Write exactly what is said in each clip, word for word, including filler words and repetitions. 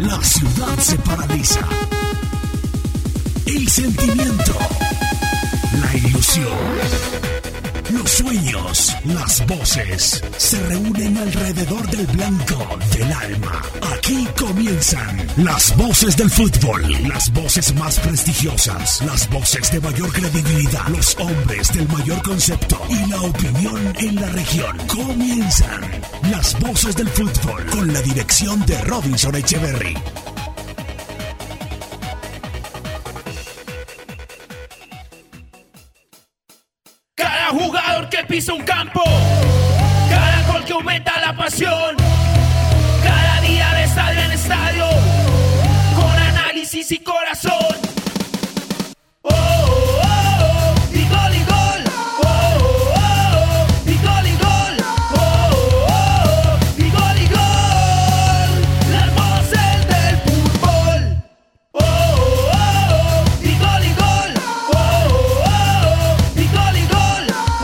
La ciudad se paraliza. El sentimiento, la ilusión, los sueños, las voces se reúnen alrededor del blanco del alma. Aquí comienzan las voces del fútbol, las voces más prestigiosas, las voces de mayor credibilidad, los hombres del mayor concepto y la opinión en la región. Comienzan las voces del fútbol con la dirección de Robinson Echeverry. Jugador que pisa un campo, cada gol que aumenta la pasión, cada día de estadio en estadio, con análisis y corazón. Oh, oh, oh, oh, y gol y gol. Oh, oh, oh, oh, y gol y gol. Oh, oh, oh, oh, y gol y gol. Las voces del fútbol. Oh, oh, oh, oh, y gol y gol. Oh, oh, oh, oh, y gol y gol.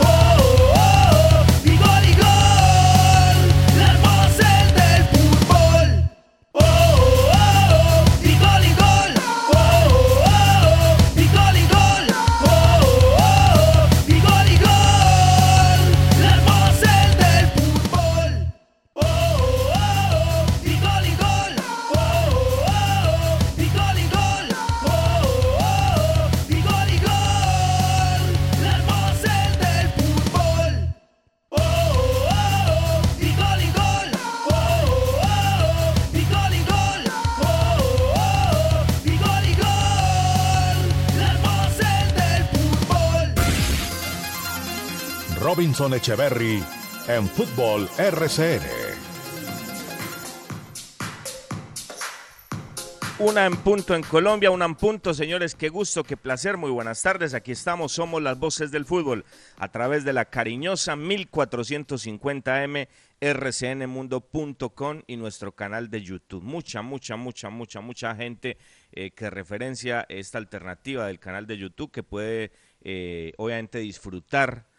Robinson Echeverry en Fútbol R C N. Una en punto en Colombia, una en punto, señores, qué gusto, qué placer, muy buenas tardes, aquí estamos, somos las voces del fútbol, a través de la cariñosa mil cuatrocientos cincuenta eme, erre ce ene mundo punto com y nuestro canal de YouTube. Mucha, mucha, mucha, mucha, mucha gente eh, que referencia esta alternativa del canal de YouTube, que puede eh, obviamente disfrutar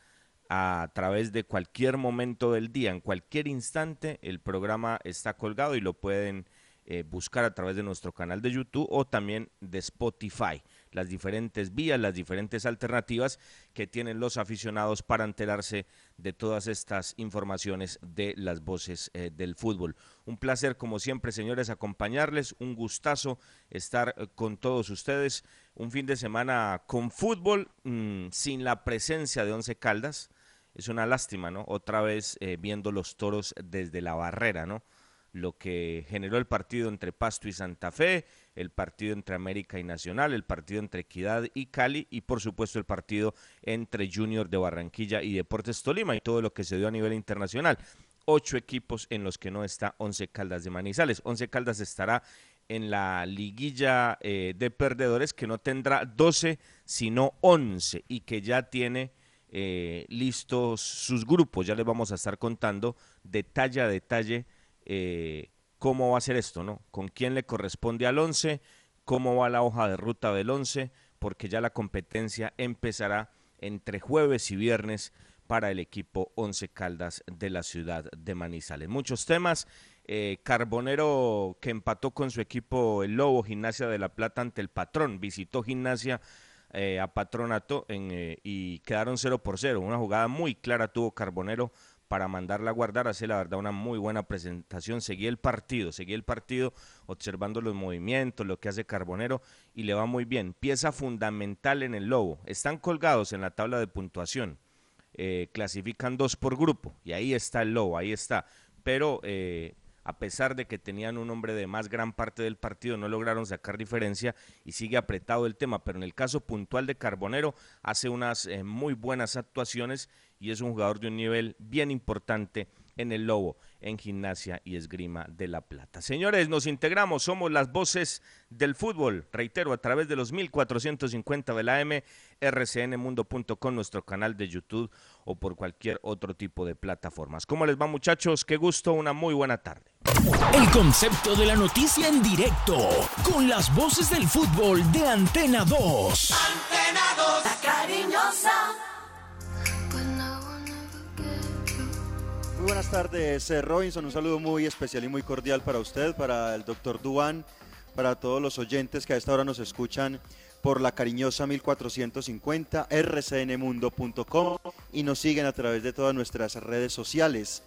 a través de cualquier momento del día, en cualquier instante, el programa está colgado y lo pueden eh, buscar a través de nuestro canal de YouTube o también de Spotify, las diferentes vías, las diferentes alternativas que tienen los aficionados para enterarse de todas estas informaciones de las voces eh, del fútbol. Un placer, como siempre, señores, acompañarles, un gustazo estar eh, con todos ustedes, un fin de semana con fútbol, mmm, sin la presencia de Once Caldas. Es una lástima, ¿no? Otra vez eh, viendo los toros desde la barrera, ¿no? Lo que generó el partido entre Pasto y Santa Fe, el partido entre América y Nacional, el partido entre Equidad y Cali y por supuesto el partido entre Junior de Barranquilla y Deportes Tolima y todo lo que se dio a nivel internacional. Ocho equipos en los que no está Once Caldas de Manizales. Once Caldas estará en la liguilla eh, de perdedores, que no tendrá doce sino once y que ya tiene Eh, listos sus grupos. Ya les vamos a estar contando detalle a detalle eh, cómo va a ser esto, ¿no? Con quién le corresponde al once, cómo va la hoja de ruta del once, porque ya la competencia empezará entre jueves y viernes para el equipo Once Caldas de la ciudad de Manizales. Muchos temas. eh, Carbonero, que empató con su equipo el Lobo, Gimnasia de la Plata ante el Patrón, visitó Gimnasia Eh, a Patronato en, eh, y quedaron cero por cero, una jugada muy clara tuvo Carbonero para mandarla a guardar, hace la verdad una muy buena presentación, seguí el partido, seguí el partido observando los movimientos, lo que hace Carbonero y le va muy bien, pieza fundamental en el Lobo, están colgados en la tabla de puntuación, eh, clasifican dos por grupo y ahí está el Lobo, ahí está, pero eh, a pesar de que tenían un hombre de más gran parte del partido, no lograron sacar diferencia y sigue apretado el tema, pero en el caso puntual de Carbonero hace unas eh, muy buenas actuaciones y es un jugador de un nivel bien importante en el Lobo, en Gimnasia y Esgrima de La Plata. Señores, nos integramos, somos las voces del fútbol, reitero, a través de los mil cuatrocientos cincuenta de la A M, erre ce ene mundo punto com, nuestro canal de YouTube o por cualquier otro tipo de plataformas. ¿Cómo les va, muchachos? Qué gusto, una muy buena tarde. El concepto de la noticia en directo, con las voces del fútbol de Antena dos. Antena dos, la cariñosa. Muy buenas tardes, eh, Robinson, un saludo muy especial y muy cordial para usted, para el doctor Duván, para todos los oyentes que a esta hora nos escuchan por la cariñosa mil cuatrocientos cincuenta, r c n mundo punto com y nos siguen a través de todas nuestras redes sociales.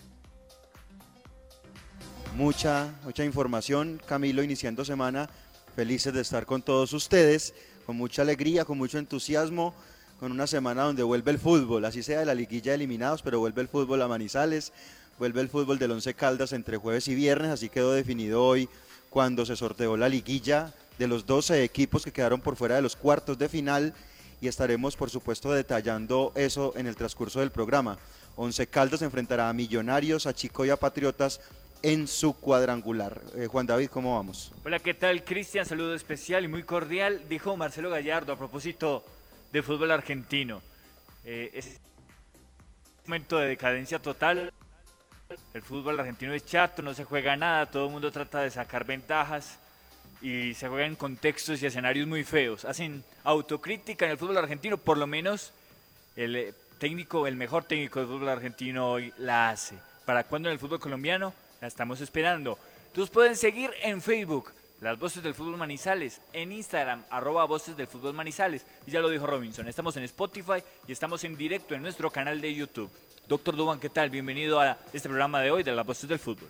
Mucha, mucha información, Camilo, iniciando semana, felices de estar con todos ustedes, con mucha alegría, con mucho entusiasmo, con una semana donde vuelve el fútbol, así sea de la liguilla eliminados, pero vuelve el fútbol a Manizales, vuelve el fútbol del Once Caldas entre jueves y viernes, así quedó definido hoy cuando se sorteó la liguilla de los doce equipos que quedaron por fuera de los cuartos de final y estaremos por supuesto detallando eso en el transcurso del programa. Once Caldas enfrentará a Millonarios, a Chico y a Patriotas en su cuadrangular. Eh, Juan David, ¿cómo vamos? Hola, ¿qué tal, Cristian? Saludo especial y muy cordial. Dijo Marcelo Gallardo a propósito de fútbol argentino. Eh, es un momento de decadencia total. El fútbol argentino es chato, no se juega nada, todo el mundo trata de sacar ventajas y se juega en contextos y escenarios muy feos. Hacen autocrítica en el fútbol argentino, por lo menos el técnico, el mejor técnico del fútbol argentino hoy la hace. ¿Para cuándo en el fútbol colombiano? La estamos esperando. Entonces pueden seguir en Facebook, Las Voces del Fútbol Manizales, en Instagram, arroba Voces del Fútbol Manizales. Y ya lo dijo Robinson, estamos en Spotify y estamos en directo en nuestro canal de YouTube. Doctor Duván, ¿qué tal? Bienvenido a este programa de hoy de Las Voces del Fútbol.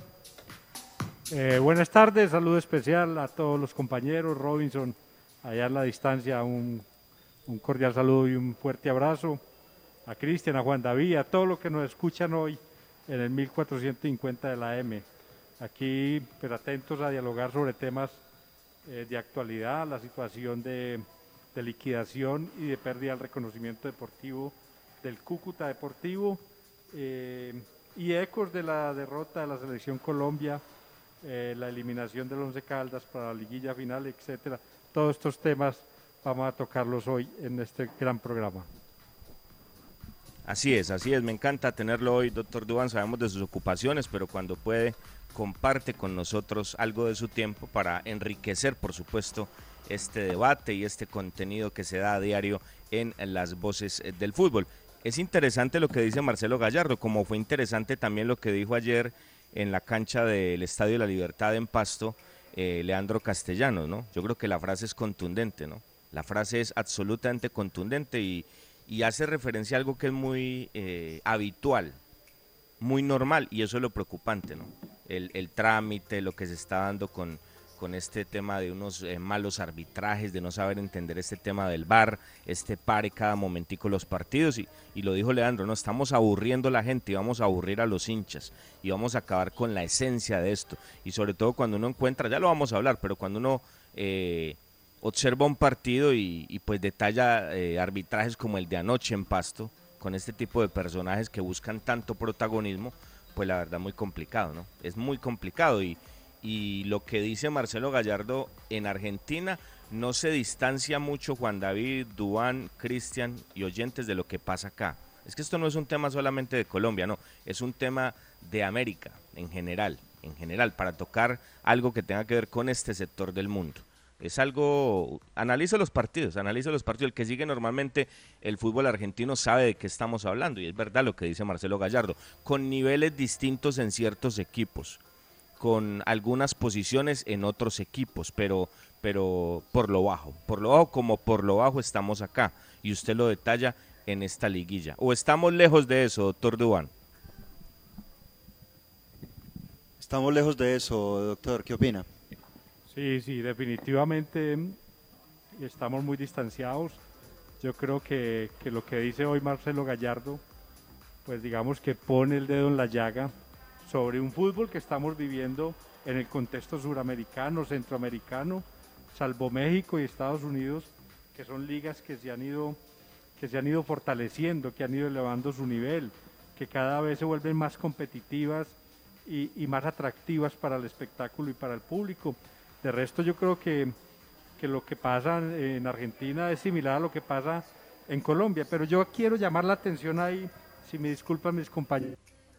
Eh, buenas tardes, saludo especial a todos los compañeros, Robinson, allá en la distancia, un, un cordial saludo y un fuerte abrazo. A Cristian, a Juan David, a todos los que nos escuchan hoy en el mil cuatrocientos cincuenta de la M. Aquí, pero atentos a dialogar sobre temas eh, de actualidad, la situación de, de liquidación y de pérdida del reconocimiento deportivo del Cúcuta Deportivo eh, y ecos de la derrota de la Selección Colombia, eh, la eliminación del Once Caldas para la liguilla final, etcétera. Todos estos temas vamos a tocarlos hoy en este gran programa. Así es, así es, me encanta tenerlo hoy, doctor Duván, sabemos de sus ocupaciones, pero cuando puede comparte con nosotros algo de su tiempo para enriquecer, por supuesto, este debate y este contenido que se da a diario en Las Voces del Fútbol. Es interesante lo que dice Marcelo Gallardo, como fue interesante también lo que dijo ayer en la cancha del Estadio de la Libertad en Pasto, eh, Leandro Castellanos, ¿no? Yo creo que la frase es contundente, ¿no? La frase es absolutamente contundente y y hace referencia a algo que es muy eh, habitual, muy normal, y eso es lo preocupante, ¿no? El, el trámite, lo que se está dando con, con este tema de unos eh, malos arbitrajes, de no saber entender este tema del V A R, este pare cada momentico los partidos, y, y lo dijo Leandro, ¿no? Estamos aburriendo a la gente y vamos a aburrir a los hinchas, y vamos a acabar con la esencia de esto, y sobre todo cuando uno encuentra, ya lo vamos a hablar, pero cuando uno... Eh, observa un partido y, y pues detalla eh, arbitrajes como el de anoche en Pasto, con este tipo de personajes que buscan tanto protagonismo, pues la verdad muy complicado, ¿no? Es muy complicado y, y lo que dice Marcelo Gallardo en Argentina no se distancia mucho, Juan David, Duván, Cristian y oyentes, de lo que pasa acá. Es que esto no es un tema solamente de Colombia, no, es un tema de América en general, en general, para tocar algo que tenga que ver con este sector del mundo. Es algo, analice los partidos, analice los partidos, el que sigue normalmente el fútbol argentino sabe de qué estamos hablando, y es verdad lo que dice Marcelo Gallardo, con niveles distintos en ciertos equipos, con algunas posiciones en otros equipos, pero, pero por lo bajo, por lo bajo como por lo bajo estamos acá, y usted lo detalla en esta liguilla, o estamos lejos de eso, doctor Duván. Estamos lejos de eso, doctor, ¿qué opina? Sí, sí, definitivamente estamos muy distanciados. Yo creo que, que lo que dice hoy Marcelo Gallardo, pues digamos que pone el dedo en la llaga sobre un fútbol que estamos viviendo en el contexto suramericano, centroamericano, salvo México y Estados Unidos, que son ligas que se han ido, que se han ido fortaleciendo, que han ido elevando su nivel, que cada vez se vuelven más competitivas y, y más atractivas para el espectáculo y para el público. De resto yo creo que, que lo que pasa en Argentina es similar a lo que pasa en Colombia, pero yo quiero llamar la atención ahí, si me disculpan mis compañeros,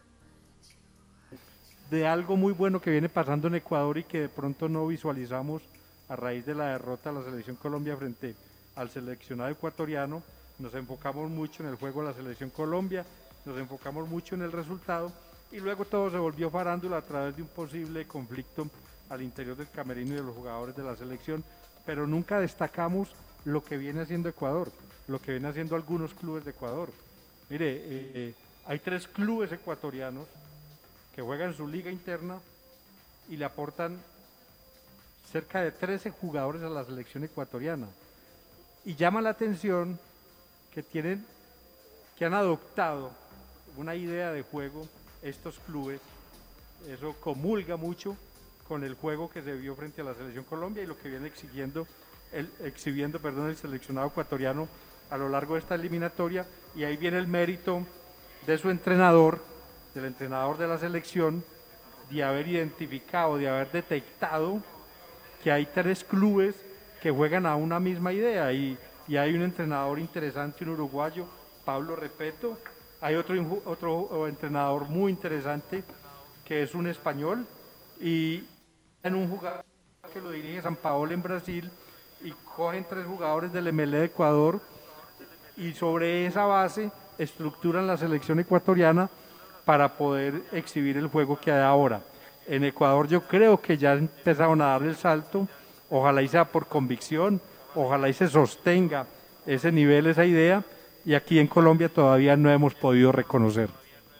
de algo muy bueno que viene pasando en Ecuador y que de pronto no visualizamos a raíz de la derrota de la Selección Colombia frente al seleccionado ecuatoriano. Nos enfocamos mucho en el juego de la Selección Colombia nos enfocamos mucho en el resultado y luego todo se volvió farándula a través de un posible conflicto al interior del camerino y de los jugadores de la selección, pero nunca destacamos lo que viene haciendo Ecuador, lo que viene haciendo algunos clubes de Ecuador. Mire, eh, eh, hay tres clubes ecuatorianos que juegan su liga interna y le aportan cerca de trece jugadores a la selección ecuatoriana. Y llama la atención que tienen, que han adoptado una idea de juego estos clubes. Eso comulga mucho con el juego que se vio frente a la selección Colombia y lo que viene exigiendo el, exhibiendo perdón, el seleccionado ecuatoriano a lo largo de esta eliminatoria, y ahí viene el mérito de su entrenador, del entrenador de la selección, de haber identificado, de haber detectado que hay tres clubes que juegan a una misma idea, y, y hay un entrenador interesante, un uruguayo, Pablo Repeto, hay otro, otro entrenador muy interesante que es un español, y en un jugador que lo dirige San Paolo en Brasil, y cogen tres jugadores del M L E de Ecuador, y sobre esa base estructuran la selección ecuatoriana para poder exhibir el juego que hay ahora. En Ecuador yo creo que ya empezaron a dar el salto, ojalá y sea por convicción, ojalá y se sostenga ese nivel, esa idea, y aquí en Colombia todavía no hemos podido reconocer.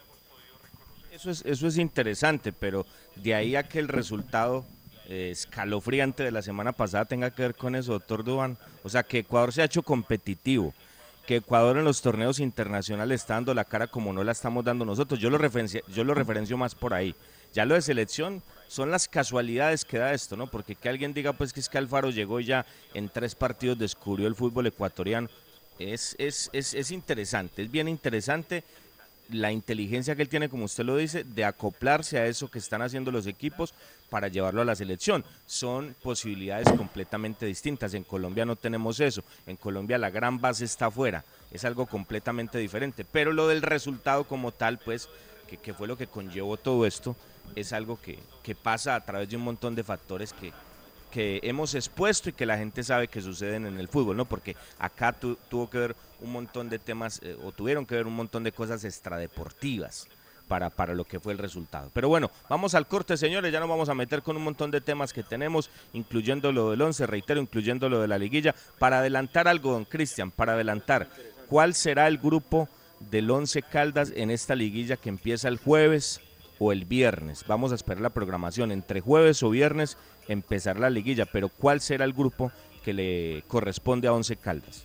Eso es, eso es interesante, pero de ahí a que el resultado eh, escalofriante de la semana pasada tenga que ver con eso, doctor Duván. O sea, que Ecuador se ha hecho competitivo, que Ecuador en los torneos internacionales está dando la cara como no la estamos dando nosotros. Yo lo referencio, yo lo referencio más por ahí. Ya lo de selección son las casualidades que da esto, ¿no? Porque que alguien diga pues que es que Alfaro llegó y ya en tres partidos descubrió el fútbol ecuatoriano. Es, es, es, es interesante, es bien interesante la inteligencia que él tiene, como usted lo dice, de acoplarse a eso que están haciendo los equipos para llevarlo a la selección. Son posibilidades completamente distintas. En Colombia no tenemos eso. En Colombia la gran base está afuera. Es algo completamente diferente. Pero lo del resultado como tal, pues, que, que fue lo que conllevó todo esto, es algo que, que pasa a través de un montón de factores que, que hemos expuesto y que la gente sabe que suceden en el fútbol, ¿no? Porque acá tu, tuvo que ver un montón de temas, eh, o tuvieron que ver un montón de cosas extradeportivas para, para lo que fue el resultado. Pero bueno, vamos al corte, señores, ya nos vamos a meter con un montón de temas que tenemos, incluyendo lo del once, reitero, incluyendo lo de la liguilla. Para adelantar algo, don Cristian, para adelantar, ¿cuál será el grupo del Once Caldas en esta liguilla que empieza el jueves o el viernes? Vamos a esperar la programación, entre jueves o viernes empezar la liguilla, pero ¿cuál será el grupo que le corresponde a Once Caldas?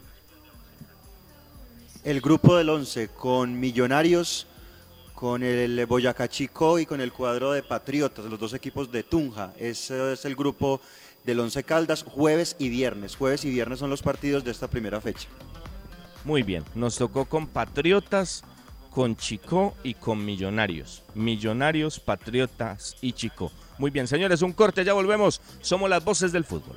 El grupo del Once con Millonarios, con el Boyacá Chicó y con el cuadro de Patriotas, los dos equipos de Tunja. Ese es el grupo del Once Caldas, jueves y viernes. Jueves y viernes son los partidos de esta primera fecha. Muy bien, nos tocó con Patriotas, con Chicó y con Millonarios. Millonarios, Patriotas y Chicó. Muy bien, señores, un corte, ya volvemos. Somos las voces del fútbol.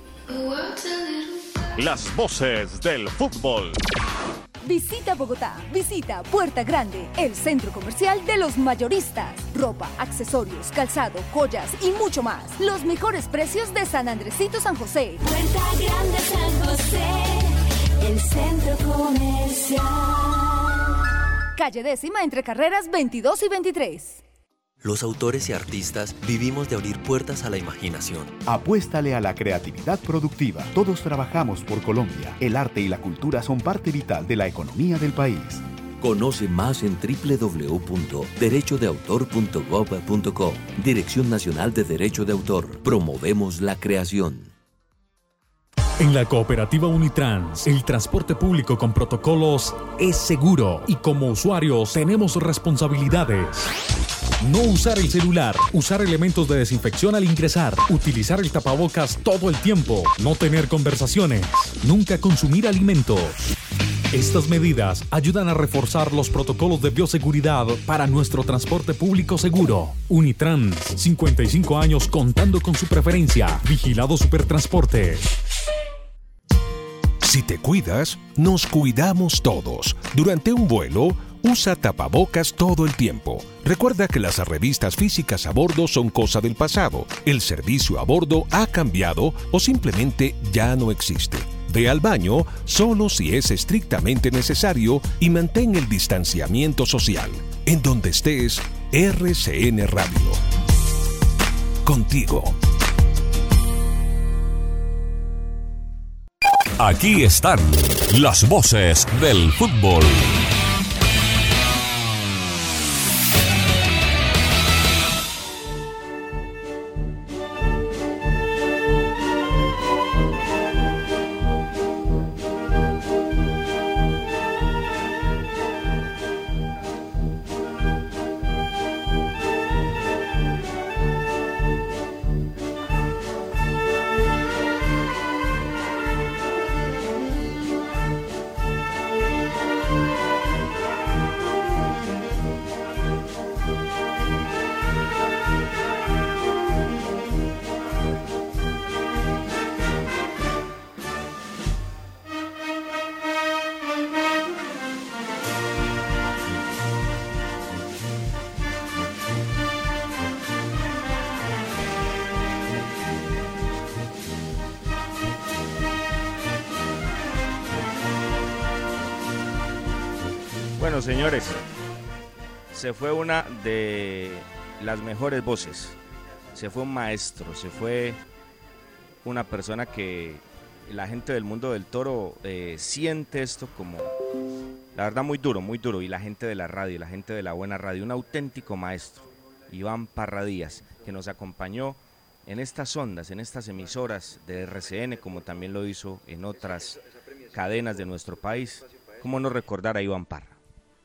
Las voces del fútbol. Visita Bogotá, visita Puerta Grande, el centro comercial de los mayoristas. Ropa, accesorios, calzado, joyas y mucho más. Los mejores precios de San Andresito San José. Puerta Grande San José, el centro comercial. Calle Décima entre carreras veintidós y veintitrés. Los autores y artistas vivimos de abrir puertas a la imaginación. Apuéstale a la creatividad productiva. Todos trabajamos por Colombia. El arte y la cultura son parte vital de la economía del país. Conoce más en doble u doble u doble u punto derecho de autor punto gob punto co. Dirección Nacional de Derecho de Autor. Promovemos la creación. En la cooperativa Unitrans, el transporte público con protocolos es seguro y como usuarios tenemos responsabilidades. No usar el celular, usar elementos de desinfección al ingresar, utilizar el tapabocas todo el tiempo, no tener conversaciones, nunca consumir alimentos. Estas medidas ayudan a reforzar los protocolos de bioseguridad para nuestro transporte público seguro. Unitrans, cincuenta y cinco años contando con su preferencia. Vigilado Supertransporte. Si te cuidas, nos cuidamos todos. Durante un vuelo, usa tapabocas todo el tiempo. Recuerda que las revistas físicas a bordo son cosa del pasado. El servicio a bordo ha cambiado o simplemente ya no existe. Ve al baño solo si es estrictamente necesario y mantén el distanciamiento social. En donde estés, R C N Radio. Contigo. Aquí están las voces del fútbol. Bueno, señores, se fue una de las mejores voces, se fue un maestro, se fue una persona que la gente del mundo del toro eh, siente esto como, la verdad, muy duro, muy duro, y la gente de la radio, la gente de la buena radio, un auténtico maestro, Iván Parra Díaz, que nos acompañó en estas ondas, en estas emisoras de R C N, como también lo hizo en otras cadenas de nuestro país. ¿Cómo no recordar a Iván Parra?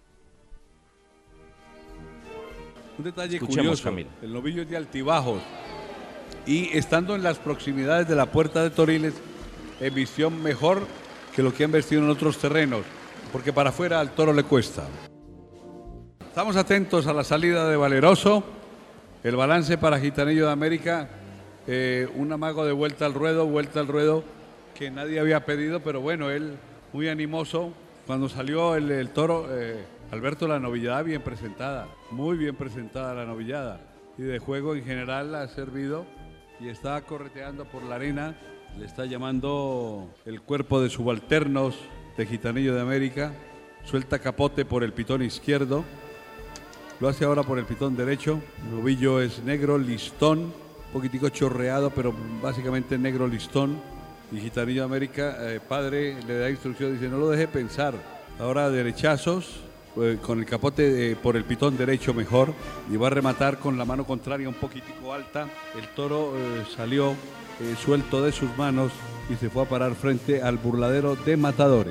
Un detalle Escuchemos, curioso, Camilo. El novillo es de altibajos y estando en las proximidades de la Puerta de Toriles, en visión mejor que lo que han vestido en otros terrenos, porque para afuera al toro le cuesta. Estamos atentos a la salida de Valeroso, el balance para Gitanillo de América, eh, un amago de vuelta al ruedo, vuelta al ruedo que nadie había pedido, pero bueno, él muy animoso. Cuando salió el, el toro, eh, Alberto, la novillada bien presentada, muy bien presentada la novillada, y de juego en general ha servido y está correteando por la arena, le está llamando el cuerpo de subalternos de Gitanillo de América, suelta capote por el pitón izquierdo, lo hace ahora por el pitón derecho, el novillo es negro, listón, un poquitico chorreado, pero básicamente negro listón, y Gitanillo de América, eh, padre, le da instrucción, dice no lo deje pensar, ahora derechazos, eh, con el capote eh, por el pitón derecho mejor, y va a rematar con la mano contraria un poquitico alta, el toro eh, salió eh, suelto de sus manos y se fue a parar frente al burladero de Matadores.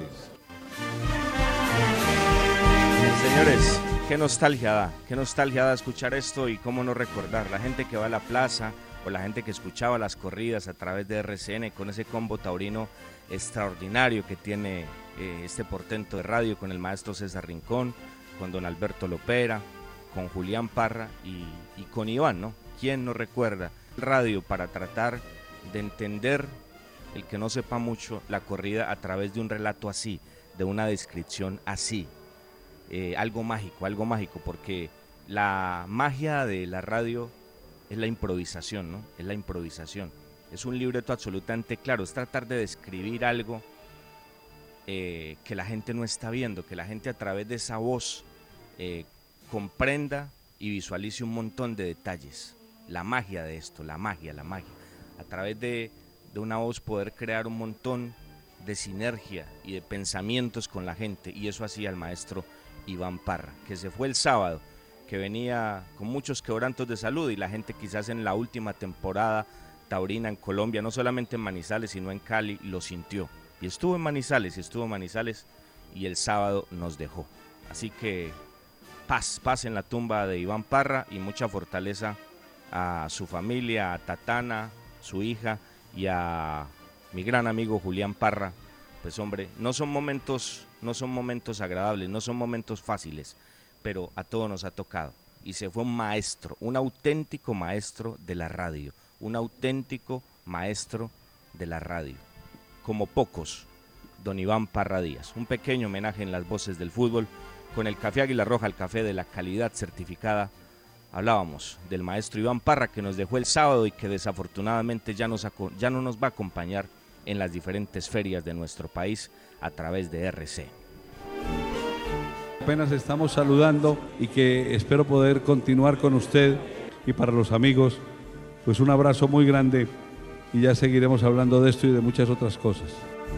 Señores, qué nostalgia da, qué nostalgia da escuchar esto y cómo no recordar, la gente que va a la plaza o la gente que escuchaba las corridas a través de R C N con ese combo taurino extraordinario que tiene eh, este portento de radio con el maestro César Rincón, con don Alberto Lopera, con Julián Parra y, y con Iván, ¿no? ¿Quién no recuerda radio para tratar de entender, el que no sepa mucho, la corrida a través de un relato así, de una descripción así? Eh, algo mágico, algo mágico, porque la magia de la radio es la improvisación, ¿no? Es la improvisación. Es un libreto absolutamente claro, es tratar de describir algo eh, que la gente no está viendo, que la gente a través de esa voz eh, comprenda y visualice un montón de detalles. La magia de esto, la magia, la magia. A través de, de una voz poder crear un montón de sinergia y de pensamientos con la gente, y eso hacía el maestro Iván Parra, que se fue el sábado, que venía con muchos quebrantos de salud y la gente quizás en la última temporada taurina en Colombia, no solamente en Manizales sino en Cali, lo sintió, y estuvo en Manizales, y estuvo en Manizales y el sábado nos dejó. Así que paz, paz en la tumba de Iván Parra y mucha fortaleza a su familia, a Tatana, su hija, y a mi gran amigo Julián Parra. Pues hombre, no son momentos, no son momentos agradables, no son momentos fáciles, pero a todos nos ha tocado, y se fue un maestro, un auténtico maestro de la radio, un auténtico maestro de la radio, como pocos, don Iván Parra Díaz. Un pequeño homenaje en las voces del fútbol, con el café Águila Roja, el café de la calidad certificada. Hablábamos del maestro Iván Parra, que nos dejó el sábado y que desafortunadamente ya, nos, ya no nos va a acompañar en las diferentes ferias de nuestro país a través de R C. Apenas estamos saludando y que espero poder continuar con usted, y para los amigos, pues un abrazo muy grande y ya seguiremos hablando de esto y de muchas otras cosas.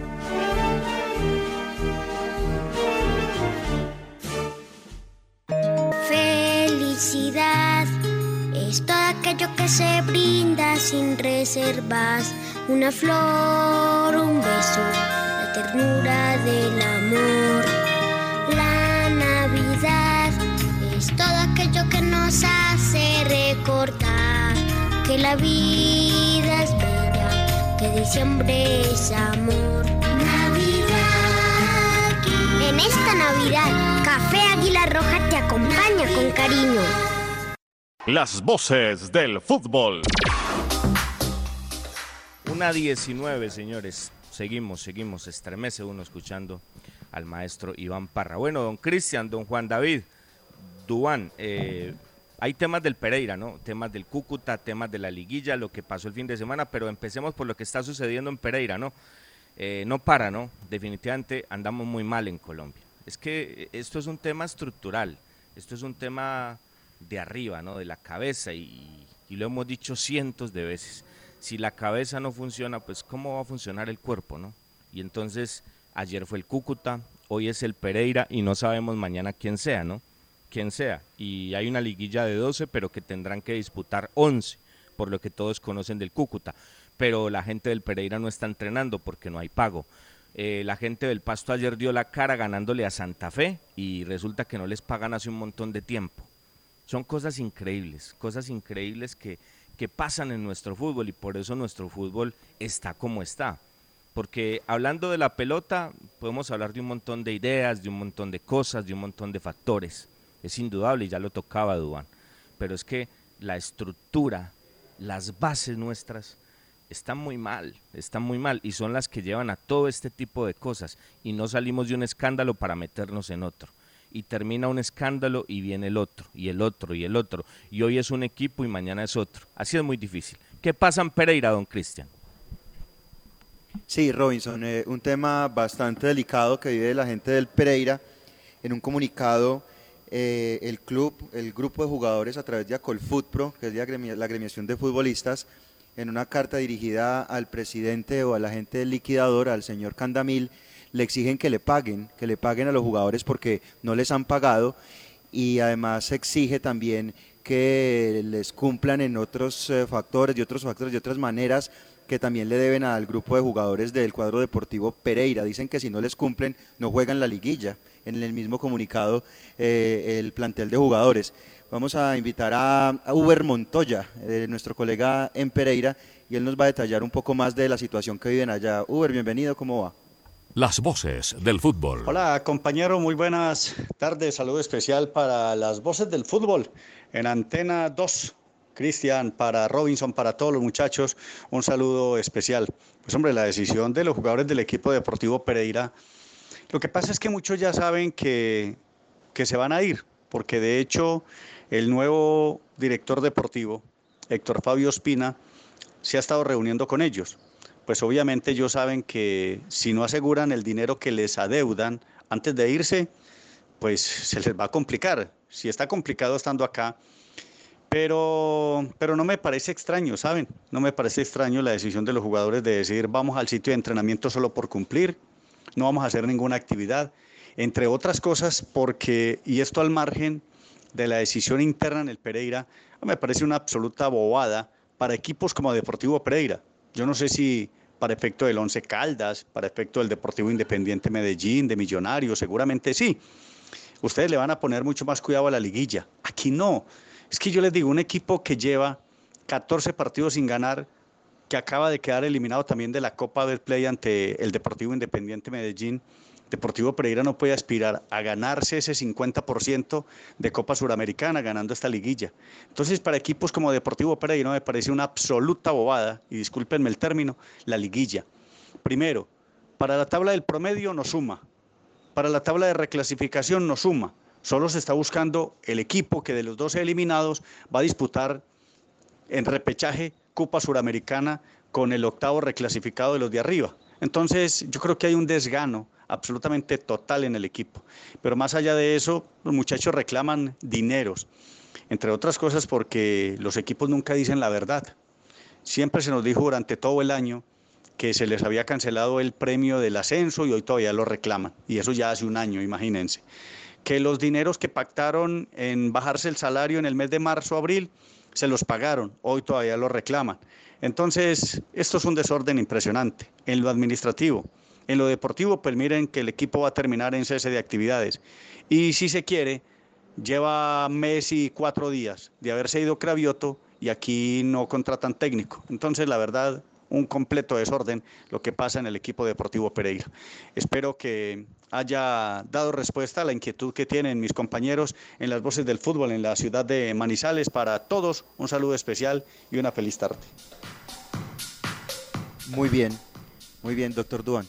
Felicidad es todo aquello que se brinda sin reservas, una flor, un beso, la ternura del amor. La Navidad es todo aquello que nos hace recordar que la vida es bella, que diciembre es amor. Navidad. En esta Navidad, Café Águila Roja te acompaña con cariño. Las voces del fútbol. Una diecinueve, señores. Seguimos, seguimos. Estremece uno escuchando al maestro Iván Parra. Bueno, don Cristian, don Juan David, Duván, eh, hay temas del Pereira, ¿no? Temas del Cúcuta, temas de la liguilla, lo que pasó el fin de semana, pero empecemos por lo que está sucediendo en Pereira, ¿no? Eh, no para, ¿no? Definitivamente andamos muy mal en Colombia. Es que esto es un tema estructural, esto es un tema de arriba, ¿no? De la cabeza, y, y lo hemos dicho cientos de veces. Si la cabeza no funciona, pues ¿cómo va a funcionar el cuerpo, no? Y entonces, ayer fue el Cúcuta, hoy es el Pereira y no sabemos mañana quién sea, ¿no? Quién sea. Y hay una liguilla de doce, pero que tendrán que disputar once, por lo que todos conocen del Cúcuta. Pero la gente del Pereira no está entrenando porque no hay pago. Eh, la gente del Pasto ayer dio la cara ganándole a Santa Fe y resulta que no les pagan hace un montón de tiempo. Son cosas increíbles, cosas increíbles que, que pasan en nuestro fútbol, y por eso nuestro fútbol está como está. Porque hablando de la pelota podemos hablar de un montón de ideas, de un montón de cosas, de un montón de factores. Es indudable, y ya lo tocaba Duván. Pero es que la estructura, las bases nuestras están muy mal, están muy mal, y son las que llevan a todo este tipo de cosas, y no salimos de un escándalo para meternos en otro, y termina un escándalo y viene el otro, y el otro, y el otro, y hoy es un equipo y mañana es otro. Así es muy difícil. ¿Qué pasa en Pereira, don Cristian? Sí, Robinson, eh, un tema bastante delicado que vive la gente del Pereira. En un comunicado, eh, el club, el grupo de jugadores a través de Acolfutpro, que es la, agremi- la agremiación de futbolistas, en una carta dirigida al presidente o al agente del liquidador, al señor Candamil, le exigen que le paguen, que le paguen a los jugadores porque no les han pagado, y además se exige también que les cumplan en otros eh, factores, de otros factores, de otras maneras, que también le deben al grupo de jugadores del cuadro deportivo Pereira. Dicen que si no les cumplen, no juegan la liguilla. En el mismo comunicado, eh, el plantel de jugadores. Vamos a invitar a, a Uber Montoya, eh, nuestro colega en Pereira, y él nos va a detallar un poco más de la situación que viven allá. Uber, bienvenido, ¿cómo va? Las voces del fútbol. Hola, compañero, muy buenas tardes. Saludo especial para las voces del fútbol en Antena dos. Cristian, para Robinson, para todos los muchachos, un saludo especial. Pues hombre, la decisión de los jugadores del equipo deportivo Pereira, lo que pasa es que muchos ya saben que, que se van a ir, porque de hecho el nuevo director deportivo, Héctor Fabio Espina, se ha estado reuniendo con ellos. Pues obviamente ellos saben que si no aseguran el dinero que les adeudan antes de irse, pues se les va a complicar. Si está complicado estando acá, pero, pero no me parece extraño, ¿saben? No me parece extraño la decisión de los jugadores de decir vamos al sitio de entrenamiento solo por cumplir, no vamos a hacer ninguna actividad, entre otras cosas porque, y esto al margen de la decisión interna en el Pereira, me parece una absoluta bobada para equipos como Deportivo Pereira. Yo no sé si para efecto del Once Caldas, para efecto del Deportivo Independiente Medellín, de Millonarios, seguramente sí. Ustedes le van a poner mucho más cuidado a la liguilla. Aquí no. Es que yo les digo, un equipo que lleva catorce partidos sin ganar, que acaba de quedar eliminado también de la Copa del Play ante el Deportivo Independiente Medellín, Deportivo Pereira no puede aspirar a ganarse ese cincuenta por ciento de Copa Suramericana ganando esta liguilla. Entonces, para equipos como Deportivo Pereira me parece una absoluta bobada, y discúlpenme el término, la liguilla. Primero, para la tabla del promedio no suma, para la tabla de reclasificación no suma, solo se está buscando el equipo que de los doce eliminados va a disputar en repechaje Copa Suramericana con el octavo reclasificado de los de arriba. Entonces yo creo que hay un desgano absolutamente total en el equipo. Pero más allá de eso, los muchachos reclaman dineros, entre otras cosas porque los equipos nunca dicen la verdad. Siempre se nos dijo durante todo el año que se les había cancelado el premio del ascenso y hoy todavía lo reclaman. Y eso ya hace un año, imagínense. Que los dineros que pactaron en bajarse el salario en el mes de marzo, abril, se los pagaron, hoy todavía lo reclaman. Entonces, esto es un desorden impresionante en lo administrativo. En lo deportivo, pues miren que el equipo va a terminar en cese de actividades. Y si se quiere, lleva mes y cuatro días de haberse ido Cravioto y aquí no contratan técnico. Entonces, la verdad, un completo desorden lo que pasa en el equipo deportivo Pereira. Espero que haya dado respuesta a la inquietud que tienen mis compañeros en las voces del fútbol en la ciudad de Manizales. Para todos, un saludo especial y una feliz tarde. Muy bien, muy bien, doctor Duan.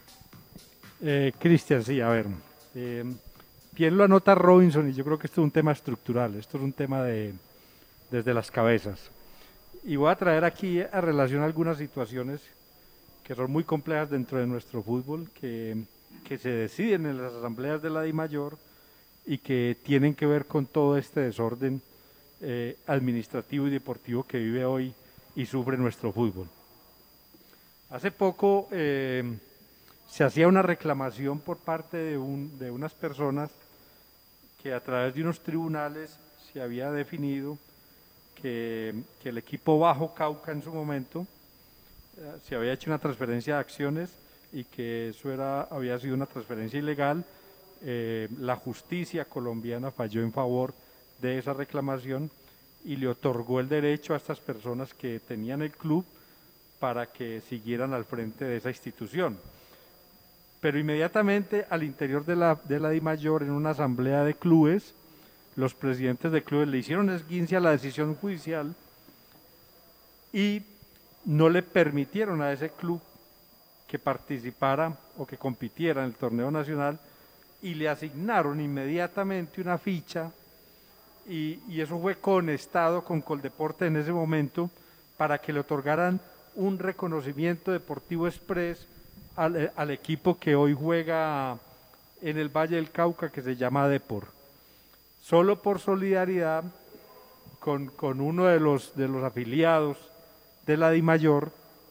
Eh, Cristian, sí, a ver, eh, bien lo anota Robinson, y yo creo que esto es un tema estructural, esto es un tema de desde las cabezas. Y voy a traer aquí a relación algunas situaciones que son muy complejas dentro de nuestro fútbol, que, que se deciden en las asambleas de la DIMAYOR y que tienen que ver con todo este desorden eh, administrativo y deportivo que vive hoy y sufre nuestro fútbol. Hace poco eh, se hacía una reclamación por parte de, un, de unas personas que a través de unos tribunales se había definido que, que el equipo Bajo Cauca en su momento eh, se había hecho una transferencia de acciones y que eso era, había sido una transferencia ilegal. Eh, la justicia colombiana falló en favor de esa reclamación y le otorgó el derecho a estas personas que tenían el club para que siguieran al frente de esa institución. Pero inmediatamente al interior de la, de la DIMAYOR, en una asamblea de clubes, los presidentes de clubes le hicieron esguince a la decisión judicial y no le permitieron a ese club que participara o que compitiera en el torneo nacional y le asignaron inmediatamente una ficha y, y eso fue conestado con Coldeporte en ese momento para que le otorgaran un reconocimiento deportivo express al, al equipo que hoy juega en el Valle del Cauca, que se llama Depor. Solo por solidaridad con, con uno de los, de los afiliados de la DIMAYOR,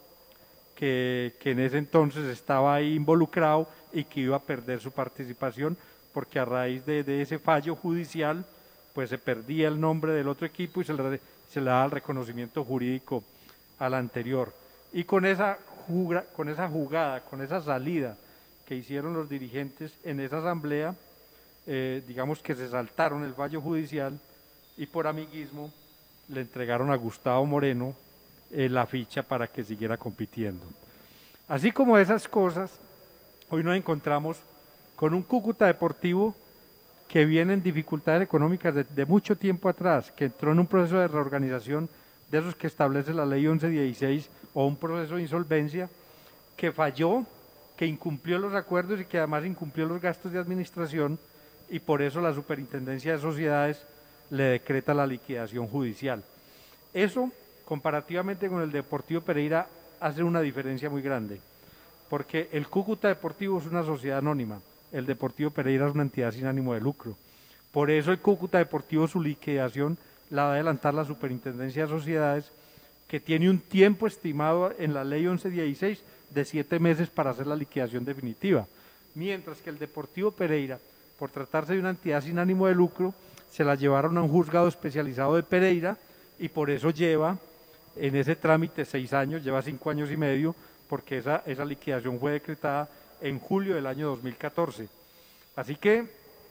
que, que en ese entonces estaba ahí involucrado y que iba a perder su participación, porque a raíz de, de ese fallo judicial, pues se perdía el nombre del otro equipo y se le, se le daba el reconocimiento jurídico al anterior. Y con esa, juga, con esa jugada, con esa salida que hicieron los dirigentes en esa asamblea, eh, digamos que se saltaron el fallo judicial y por amiguismo le entregaron a Gustavo Moreno eh, la ficha para que siguiera compitiendo. Así como esas cosas, hoy nos encontramos con un Cúcuta Deportivo que viene en dificultades económicas de, de mucho tiempo atrás, que entró en un proceso de reorganización de esos que establece la ley once dieciséis o un proceso de insolvencia, que falló, que incumplió los acuerdos y que además incumplió los gastos de administración y por eso la Superintendencia de Sociedades le decreta la liquidación judicial. Eso, comparativamente con el Deportivo Pereira, hace una diferencia muy grande, porque el Cúcuta Deportivo es una sociedad anónima, el Deportivo Pereira es una entidad sin ánimo de lucro. Por eso el Cúcuta Deportivo, su liquidación la va a adelantar la Superintendencia de Sociedades, que tiene un tiempo estimado en la ley once dieciséis de siete meses para hacer la liquidación definitiva, mientras que el Deportivo Pereira, por tratarse de una entidad sin ánimo de lucro, se la llevaron a un juzgado especializado de Pereira y por eso lleva en ese trámite seis años, lleva cinco años y medio, porque esa, esa liquidación fue decretada en julio del año dos mil catorce. Así que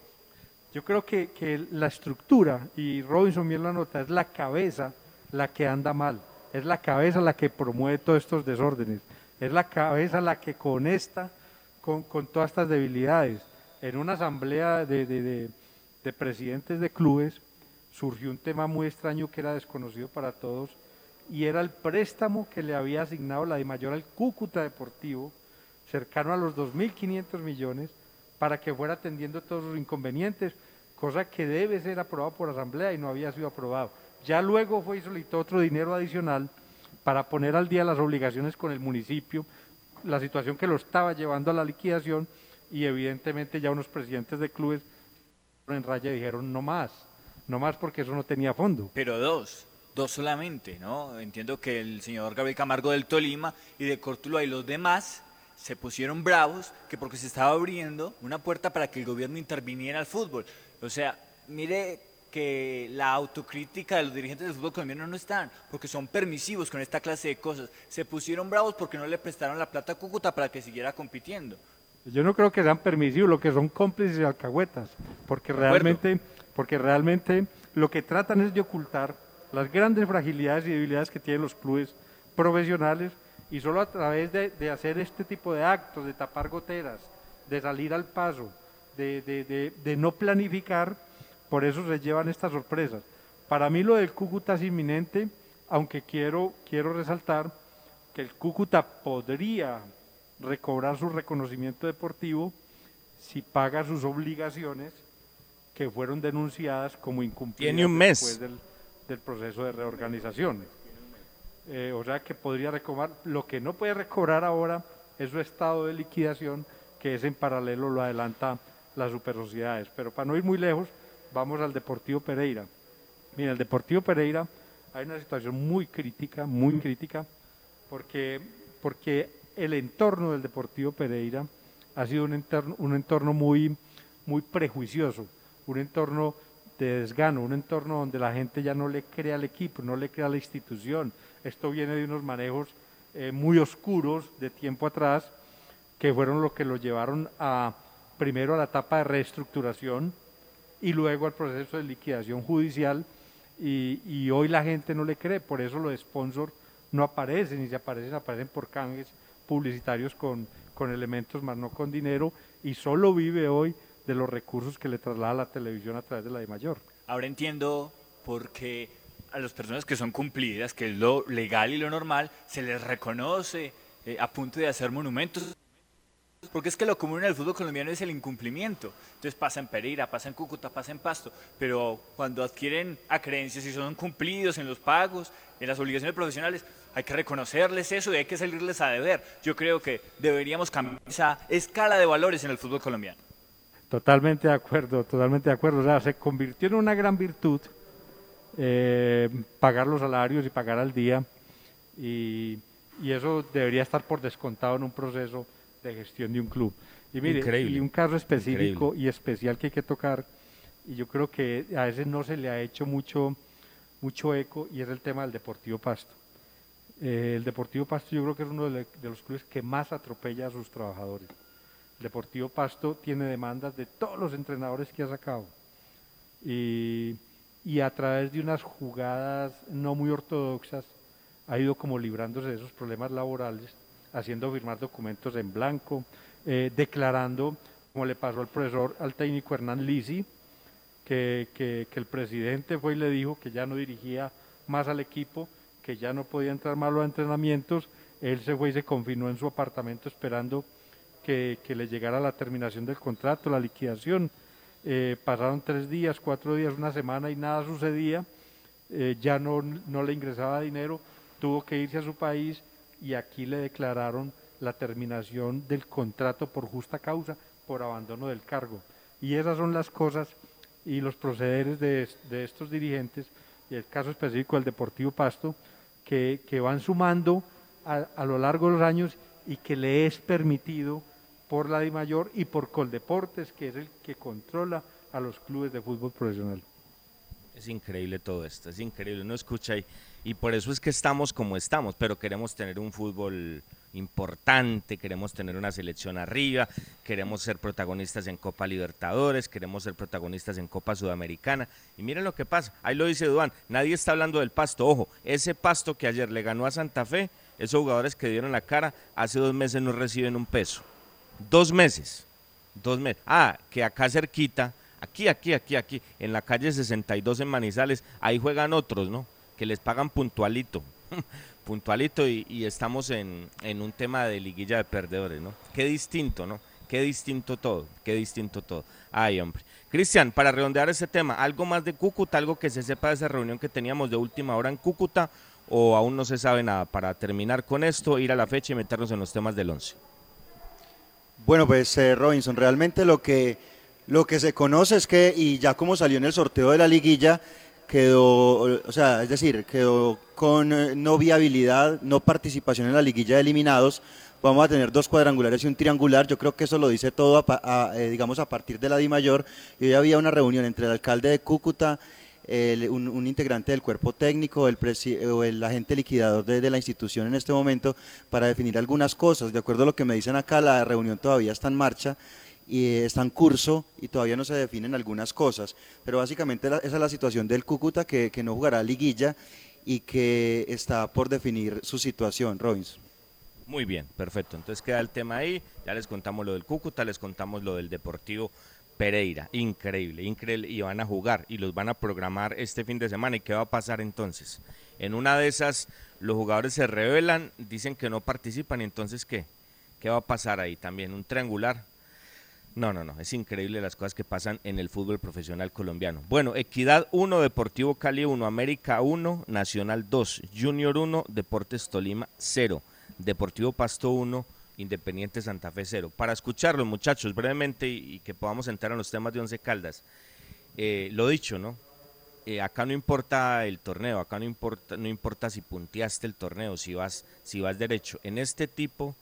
yo creo que, que la estructura, y Robinson bien lo anota, es la cabeza la que anda mal, es la cabeza la que promueve todos estos desórdenes, es la cabeza la que conecta con, con todas estas debilidades. En una asamblea de, de, de, de presidentes de clubes surgió un tema muy extraño que era desconocido para todos y era el préstamo que le había asignado la DIMAYOR al Cúcuta Deportivo, cercano a los dos mil quinientos millones, para que fuera atendiendo todos los inconvenientes, cosa que debe ser aprobado por asamblea y no había sido aprobado. Ya luego fue y solicitó otro dinero adicional para poner al día las obligaciones con el municipio, la situación que lo estaba llevando a la liquidación, y evidentemente ya unos presidentes de clubes en raya dijeron no más, no más porque eso no tenía fondo. Pero dos, dos solamente, ¿no? Entiendo que el señor Gabriel Camargo del Tolima y de Cortuluá y los demás se pusieron bravos que porque se estaba abriendo una puerta para que el gobierno interviniera al fútbol. O sea, mire que la autocrítica de los dirigentes del fútbol colombiano no están, porque son permisivos con esta clase de cosas. Se pusieron bravos porque no le prestaron la plata a Cúcuta para que siguiera compitiendo. Yo no creo que sean permisivos, lo que son cómplices y alcahuetas, porque realmente, porque realmente lo que tratan es de ocultar las grandes fragilidades y debilidades que tienen los clubes profesionales, y solo a través de, de hacer este tipo de actos, de tapar goteras, de salir al paso, de, de, de, de no planificar, por eso se llevan estas sorpresas. Para mí lo del Cúcuta es inminente, aunque quiero, quiero resaltar que el Cúcuta podría recobrar su reconocimiento deportivo si paga sus obligaciones que fueron denunciadas como incumplidas Tiene un mes. después del, del proceso de reorganización. Eh, o sea que podría recobrar. Lo que no puede recobrar ahora es su estado de liquidación, que es en paralelo lo adelanta las supersociedades. Pero para no ir muy lejos, vamos al Deportivo Pereira. Mira, el Deportivo Pereira hay una situación muy crítica, muy crítica, porque, porque el entorno del Deportivo Pereira ha sido un entorno, un entorno muy, muy prejuicioso, un entorno de desgano, un entorno donde la gente ya no le cree al equipo, no le cree a la institución. Esto viene de unos manejos eh, muy oscuros de tiempo atrás, que fueron los que lo llevaron a, primero a la etapa de reestructuración y luego al proceso de liquidación judicial, y, y hoy la gente no le cree, por eso los sponsors no aparecen, y si aparecen, aparecen por canjes publicitarios con, con elementos más no con dinero, y solo vive hoy de los recursos que le traslada la televisión a través de la DIMAYOR. Ahora entiendo por qué a las personas que son cumplidas, que es lo legal y lo normal, se les reconoce eh, a punto de hacer monumentos, porque es que lo común en el fútbol colombiano es el incumplimiento. Entonces pasa en Pereira, pasa en Cúcuta, pasa en Pasto, pero cuando adquieren acreencias y son cumplidos en los pagos, en las obligaciones profesionales, hay que reconocerles eso y hay que salirles a deber. Yo creo que deberíamos cambiar esa escala de valores en el fútbol colombiano. Totalmente de acuerdo, totalmente de acuerdo. O sea, se convirtió en una gran virtud eh, pagar los salarios y pagar al día, y, y eso debería estar por descontado en un proceso de gestión de un club. Y mire, Increíble. y un caso específico Increíble. y especial que hay que tocar, y yo creo que a veces no se le ha hecho mucho, mucho eco, y es el tema del Deportivo Pasto. Eh, el Deportivo Pasto yo creo que es uno de, de los clubes que más atropella a sus trabajadores. El Deportivo Pasto tiene demandas de todos los entrenadores que ha sacado, y, y a través de unas jugadas no muy ortodoxas ha ido como librándose de esos problemas laborales, haciendo firmar documentos en blanco, eh, declarando, como le pasó al profesor, al técnico Hernán Lisi, que, que, que el presidente fue y le dijo que ya no dirigía más al equipo, que ya no podía entrar más a los entrenamientos. Él se fue y se confinó en su apartamento esperando que, que le llegara la terminación del contrato, la liquidación. Eh, pasaron tres días, cuatro días, una semana y nada sucedía, eh, ya no, no le ingresaba dinero, tuvo que irse a su país, y aquí le declararon la terminación del contrato por justa causa, por abandono del cargo. Y esas son las cosas y los procederes de, de estos dirigentes, y el caso específico del Deportivo Pasto, que, que van sumando a, a lo largo de los años, y que le es permitido por la DIMAYOR y por Coldeportes, que es el que controla a los clubes de fútbol profesional. Es increíble todo esto, es increíble, uno escucha y, y por eso es que estamos como estamos, pero queremos tener un fútbol importante, queremos tener una selección arriba, queremos ser protagonistas en Copa Libertadores, queremos ser protagonistas en Copa Sudamericana, y miren lo que pasa, ahí lo dice Duan, nadie está hablando del Pasto, ojo, ese Pasto que ayer le ganó a Santa Fe, esos jugadores que dieron la cara, hace dos meses no reciben un peso, dos meses, dos meses, ah, que acá cerquita, Aquí, aquí, aquí, aquí, en la calle sesenta y dos en Manizales, ahí juegan otros, ¿no? Que les pagan puntualito, puntualito y, y estamos en, en un tema de liguilla de perdedores, ¿no? Qué distinto, ¿no? Qué distinto todo, qué distinto todo. Ay, hombre. Cristian, para redondear ese tema, ¿algo más de Cúcuta, algo que se sepa de esa reunión que teníamos de última hora en Cúcuta, o aún no se sabe nada para terminar con esto, ir a la fecha y meternos en los temas del once? Bueno, pues eh, Robinson, realmente lo que, lo que se conoce es que, y ya como salió en el sorteo de la liguilla, quedó, o sea, es decir, quedó con eh, no viabilidad, no participación en la liguilla de eliminados. Vamos a tener dos cuadrangulares y un triangular. Yo creo que eso lo dice todo, a, a, eh, digamos, a partir de la DIMAYOR. Y hoy había una reunión entre el alcalde de Cúcuta, el, un, un integrante del cuerpo técnico, el, presi, o el agente liquidador de, de la institución en este momento, para definir algunas cosas. De acuerdo a lo que me dicen acá, la reunión todavía está en marcha y está en curso y todavía no se definen algunas cosas, pero básicamente la, esa es la situación del Cúcuta, que, que no jugará liguilla y que está por definir su situación. Robinson. Muy bien, perfecto, entonces queda el tema ahí, ya les contamos lo del Cúcuta, les contamos lo del Deportivo Pereira, increíble, increíble, y van a jugar y los van a programar este fin de semana. ¿Y qué va a pasar entonces? En una de esas los jugadores se rebelan, dicen que no participan, y entonces ¿qué? ¿Qué va a pasar ahí? También un triangular. No, no, no, es increíble las cosas que pasan en el fútbol profesional colombiano. Bueno, Equidad uno, Deportivo Cali uno, América uno, Nacional dos, Junior uno, Deportes Tolima cero, Deportivo Pasto uno, Independiente Santa Fe cero. Para escucharlos, muchachos, brevemente, y, y que podamos entrar en los temas de Once Caldas, eh, lo dicho, ¿no? Eh, acá no importa el torneo, acá no importa, no importa si punteaste el torneo, si vas, si vas derecho. En este tipo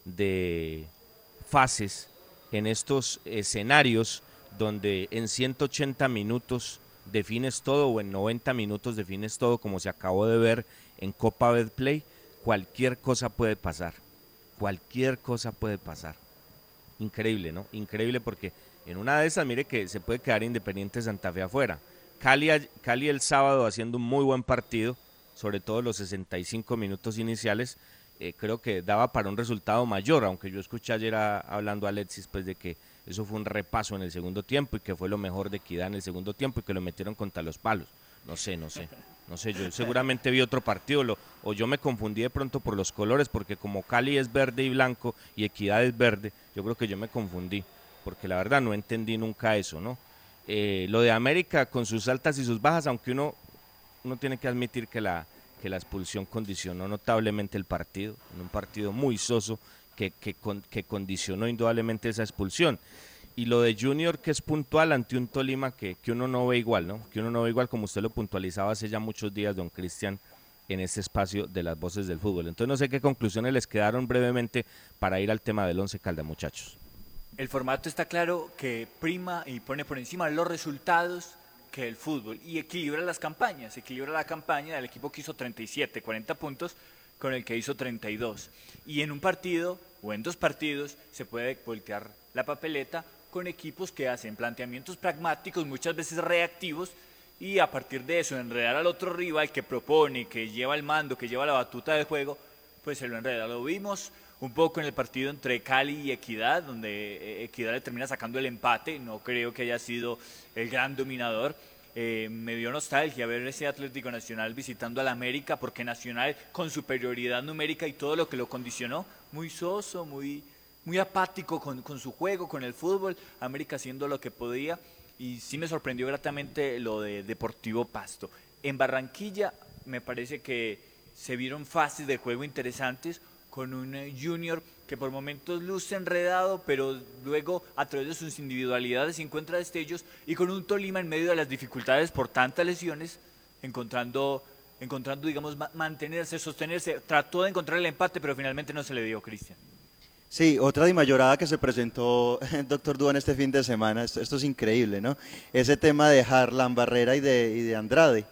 de fases, en estos escenarios donde en ciento ochenta minutos defines todo o en noventa minutos defines todo, como se acabó de ver en Copa Betplay, cualquier cosa puede pasar, cualquier cosa puede pasar. Increíble, ¿no? Increíble, porque en una de esas, mire que se puede quedar Independiente Santa Fe afuera. Cali, Cali el sábado haciendo un muy buen partido, sobre todo los sesenta y cinco minutos iniciales, Eh, creo que daba para un resultado mayor, aunque yo escuché ayer a, hablando a Alexis, pues de que eso fue un repaso en el segundo tiempo y que fue lo mejor de Equidad en el segundo tiempo y que lo metieron contra los palos. No sé, no sé, no sé, yo seguramente vi otro partido, lo, o yo me confundí de pronto por los colores, porque como Cali es verde y blanco y Equidad es verde, yo creo que yo me confundí, porque la verdad no entendí nunca eso, ¿no? Eh, lo de América con sus altas y sus bajas, aunque uno, uno tiene que admitir que la... que la expulsión condicionó notablemente el partido, en un partido muy soso que, que, con, que condicionó indudablemente esa expulsión. Y lo de Junior, que es puntual ante un Tolima que, que uno no ve igual, ¿no? Que uno no ve igual, como usted lo puntualizaba hace ya muchos días, don Cristian, en este espacio de las voces del fútbol. Entonces no sé qué conclusiones les quedaron brevemente para ir al tema del Once Caldas, muchachos. El formato está claro que prima y pone por encima los resultados que el fútbol, y equilibra las campañas, equilibra la campaña del equipo que hizo treinta y siete, cuarenta puntos con el que hizo treinta y dos, y en un partido o en dos partidos se puede voltear la papeleta con equipos que hacen planteamientos pragmáticos, muchas veces reactivos, y a partir de eso enredar al otro rival que propone, que lleva el mando, que lleva la batuta del juego, pues se lo enreda. Lo vimos un poco en el partido entre Cali y Equidad, donde Equidad le termina sacando el empate. No creo que haya sido el gran dominador. Eh, me dio nostalgia ver ese Atlético Nacional visitando al América, porque Nacional, con superioridad numérica y todo lo que lo condicionó, muy soso, muy, muy apático con, con su juego, con el fútbol, América haciendo lo que podía, y sí me sorprendió gratamente lo de Deportivo Pasto. En Barranquilla me parece que se vieron fases de juego interesantes, con un Junior que por momentos luce enredado, pero luego a través de sus individualidades encuentra destellos, y con un Tolima en medio de las dificultades por tantas lesiones, encontrando, encontrando digamos, mantenerse, sostenerse. Trató de encontrar el empate, pero finalmente no se le dio, Cristian. Sí, otra dimayorada que se presentó, doctor Duan, este fin de semana, esto, esto es increíble, ¿no? Ese tema de Harlan Barrera y de, y de Andrade,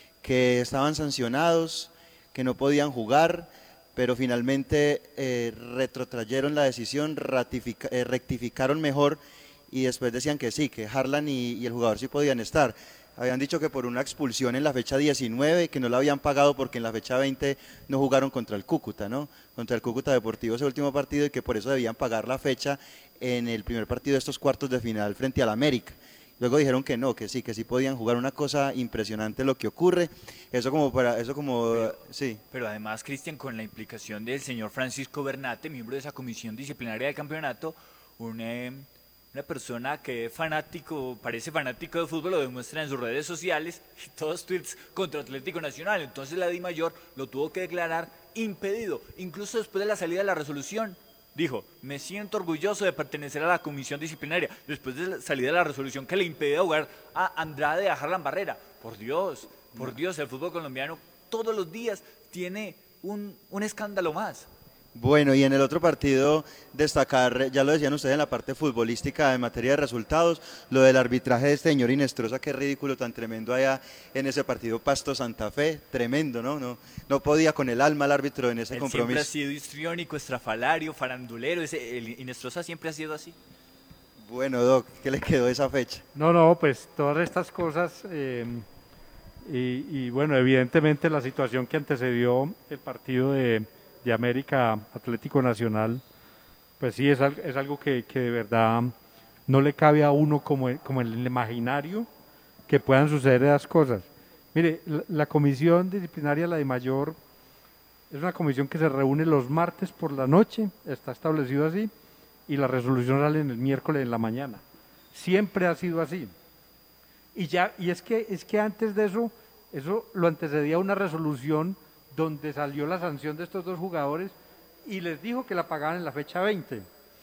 que estaban sancionados, que no podían jugar, pero finalmente eh, retrotrayeron la decisión, ratifica, eh, rectificaron mejor, y después decían que sí, que Harlan y, y el jugador sí podían estar. Habían dicho que por una expulsión en la fecha diecinueve, que no la habían pagado porque en la fecha veinte no jugaron contra el Cúcuta, ¿no? Contra el Cúcuta Deportivo ese último partido, y que por eso debían pagar la fecha en el primer partido de estos cuartos de final frente al América. Luego dijeron que no, que sí, que sí podían jugar. Una cosa impresionante lo que ocurre. Eso como para, eso como, pero, sí. Pero además, Cristian, con la implicación del señor Francisco Bernate, miembro de esa comisión disciplinaria del campeonato, un, eh, una una persona que es fanático, parece fanático de fútbol, lo demuestra en sus redes sociales, y todos tweets contra Atlético Nacional. Entonces la DIMAYOR lo tuvo que declarar impedido, incluso después de la salida de la resolución. Dijo, me siento orgulloso de pertenecer a la comisión disciplinaria, después de la salida de la resolución que le impedía jugar a Andrade a Harlan Barrera. Por Dios, por Dios, el fútbol colombiano todos los días tiene un, un escándalo más. Bueno, y en el otro partido destacar, ya lo decían ustedes en la parte futbolística en materia de resultados, lo del arbitraje de este señor Inestrosa, qué ridículo tan tremendo allá en ese partido Pasto Santa Fe, tremendo, ¿no? No, no podía con el alma el árbitro en ese Él compromiso. Siempre ha sido histriónico, estrafalario, farandulero, ese, el Inestrosa siempre ha sido así. Bueno, Doc, ¿qué le quedó esa fecha? No, no, pues todas estas cosas, eh, y, y bueno, evidentemente la situación que antecedió el partido de... de América Atlético Nacional, pues sí, es, es algo que, que de verdad no le cabe a uno como, como en el imaginario que puedan suceder esas cosas. Mire, la, la comisión disciplinaria, la DIMAYOR, es una comisión que se reúne los martes por la noche, está establecido así, y la resolución sale el miércoles en la mañana. Siempre ha sido así. Y ya, y es que, es que antes de eso, eso lo antecedía una resolución donde salió la sanción de estos dos jugadores y les dijo que la pagaban en la fecha veinte.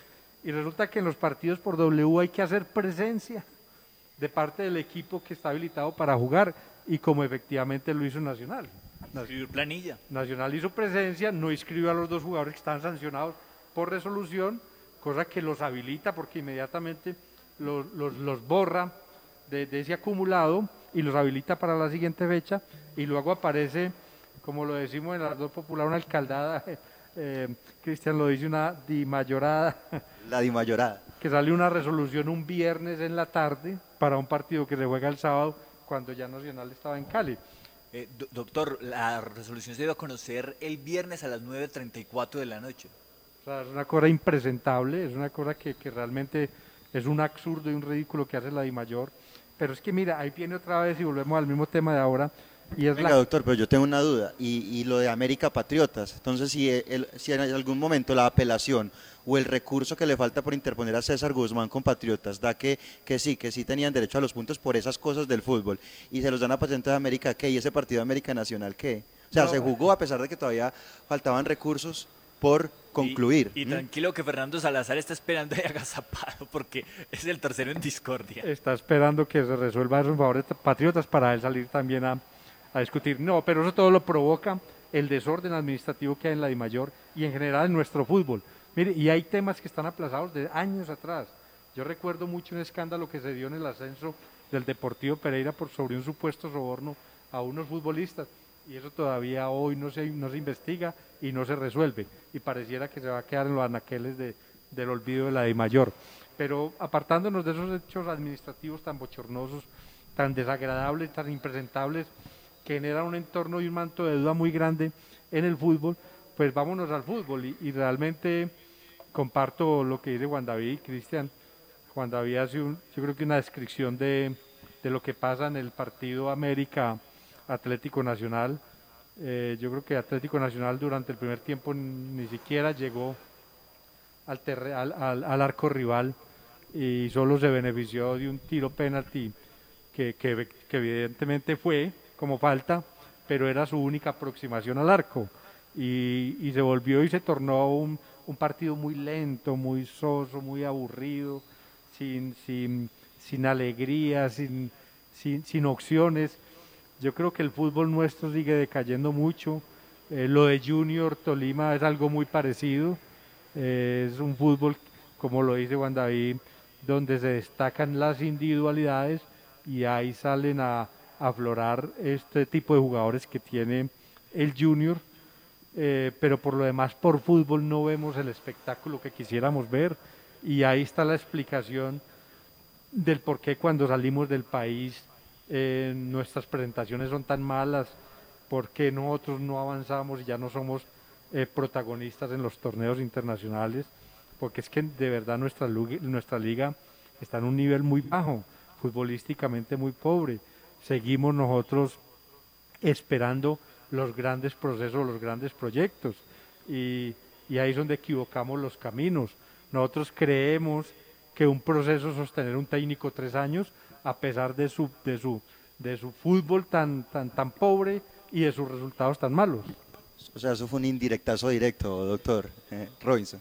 Y resulta que en los partidos por W hay que hacer presencia de parte del equipo que está habilitado para jugar, y como efectivamente lo hizo Nacional. Escribir planilla. Nacional hizo presencia, no inscribió a los dos jugadores que estaban sancionados por resolución, cosa que los habilita porque inmediatamente los, los, los borra de, de ese acumulado y los habilita para la siguiente fecha, y luego aparece, como lo decimos en la ardor popular, una alcaldada, eh, Cristian lo dice, una dimayorada. La dimayorada. Que sale una resolución un viernes en la tarde para un partido que se juega el sábado, cuando ya Nacional estaba en Cali. Eh, do, doctor, la resolución se dio a conocer el viernes a las nueve treinta y cuatro de la noche. O sea, es una cosa impresentable, es una cosa que, que realmente es un absurdo y un ridículo que hace la DIMAYOR. Pero es que mira, ahí viene otra vez y volvemos al mismo tema de ahora. Y es Venga, la... doctor, pero yo tengo una duda, y, y lo de América Patriotas, entonces si, el, si en algún momento la apelación o el recurso que le falta por interponer a César Guzmán con Patriotas da que, que sí, que sí tenían derecho a los puntos por esas cosas del fútbol, y se los dan a Patriotas de América, ¿qué? ¿Y ese partido de América Nacional qué? O sea, no, se jugó a pesar de que todavía faltaban recursos por concluir. Y, y ¿Mm? tranquilo que Fernando Salazar está esperando ahí agazapado porque es el tercero en discordia. Está esperando que se resuelva esos favores Patriotas para él salir también a... a discutir. No, pero eso todo lo provoca el desorden administrativo que hay en la DIMAYOR y en general en nuestro fútbol. Mire, y hay temas que están aplazados de años atrás. Yo recuerdo mucho un escándalo que se dio en el ascenso del Deportivo Pereira por sobre un supuesto soborno a unos futbolistas, y eso todavía hoy no se, no se investiga y no se resuelve, y pareciera que se va a quedar en los anaqueles de, del olvido de la DIMAYOR. Pero apartándonos de esos hechos administrativos tan bochornosos, tan desagradables, tan impresentables, que genera un entorno y un manto de duda muy grande en el fútbol, pues vámonos al fútbol. Y, y realmente comparto lo que dice Juan David y Cristian. Juan David hace un, yo creo que una descripción de, de lo que pasa en el partido América Atlético Nacional. Eh, yo creo que Atlético Nacional durante el primer tiempo ni siquiera llegó al, terre, al, al, al arco rival y solo se benefició de un tiro penalti que, que, que evidentemente fue como falta, pero era su única aproximación al arco, y, y se volvió y se tornó un, un partido muy lento, muy soso, muy aburrido, sin, sin, sin alegría, sin, sin, sin opciones. Yo creo que el fútbol nuestro sigue decayendo mucho. Eh, lo de Junior Tolima es algo muy parecido, eh, es un fútbol, como lo dice Juan David, donde se destacan las individualidades y ahí salen a aflorar este tipo de jugadores que tiene el Junior, eh, pero por lo demás por fútbol no vemos el espectáculo que quisiéramos ver, y ahí está la explicación del por qué cuando salimos del país eh, nuestras presentaciones son tan malas, por qué nosotros no avanzamos y ya no somos eh, protagonistas en los torneos internacionales, porque es que de verdad nuestra, nuestra liga está en un nivel muy bajo, futbolísticamente muy pobre. Seguimos nosotros esperando los grandes procesos, los grandes proyectos, y, y ahí es donde equivocamos los caminos. Nosotros creemos que un proceso sostener un técnico tres años a pesar de su, de su, de su fútbol tan, tan, tan pobre y de sus resultados tan malos. O sea, eso fue un indirectazo directo, doctor eh, Robinson.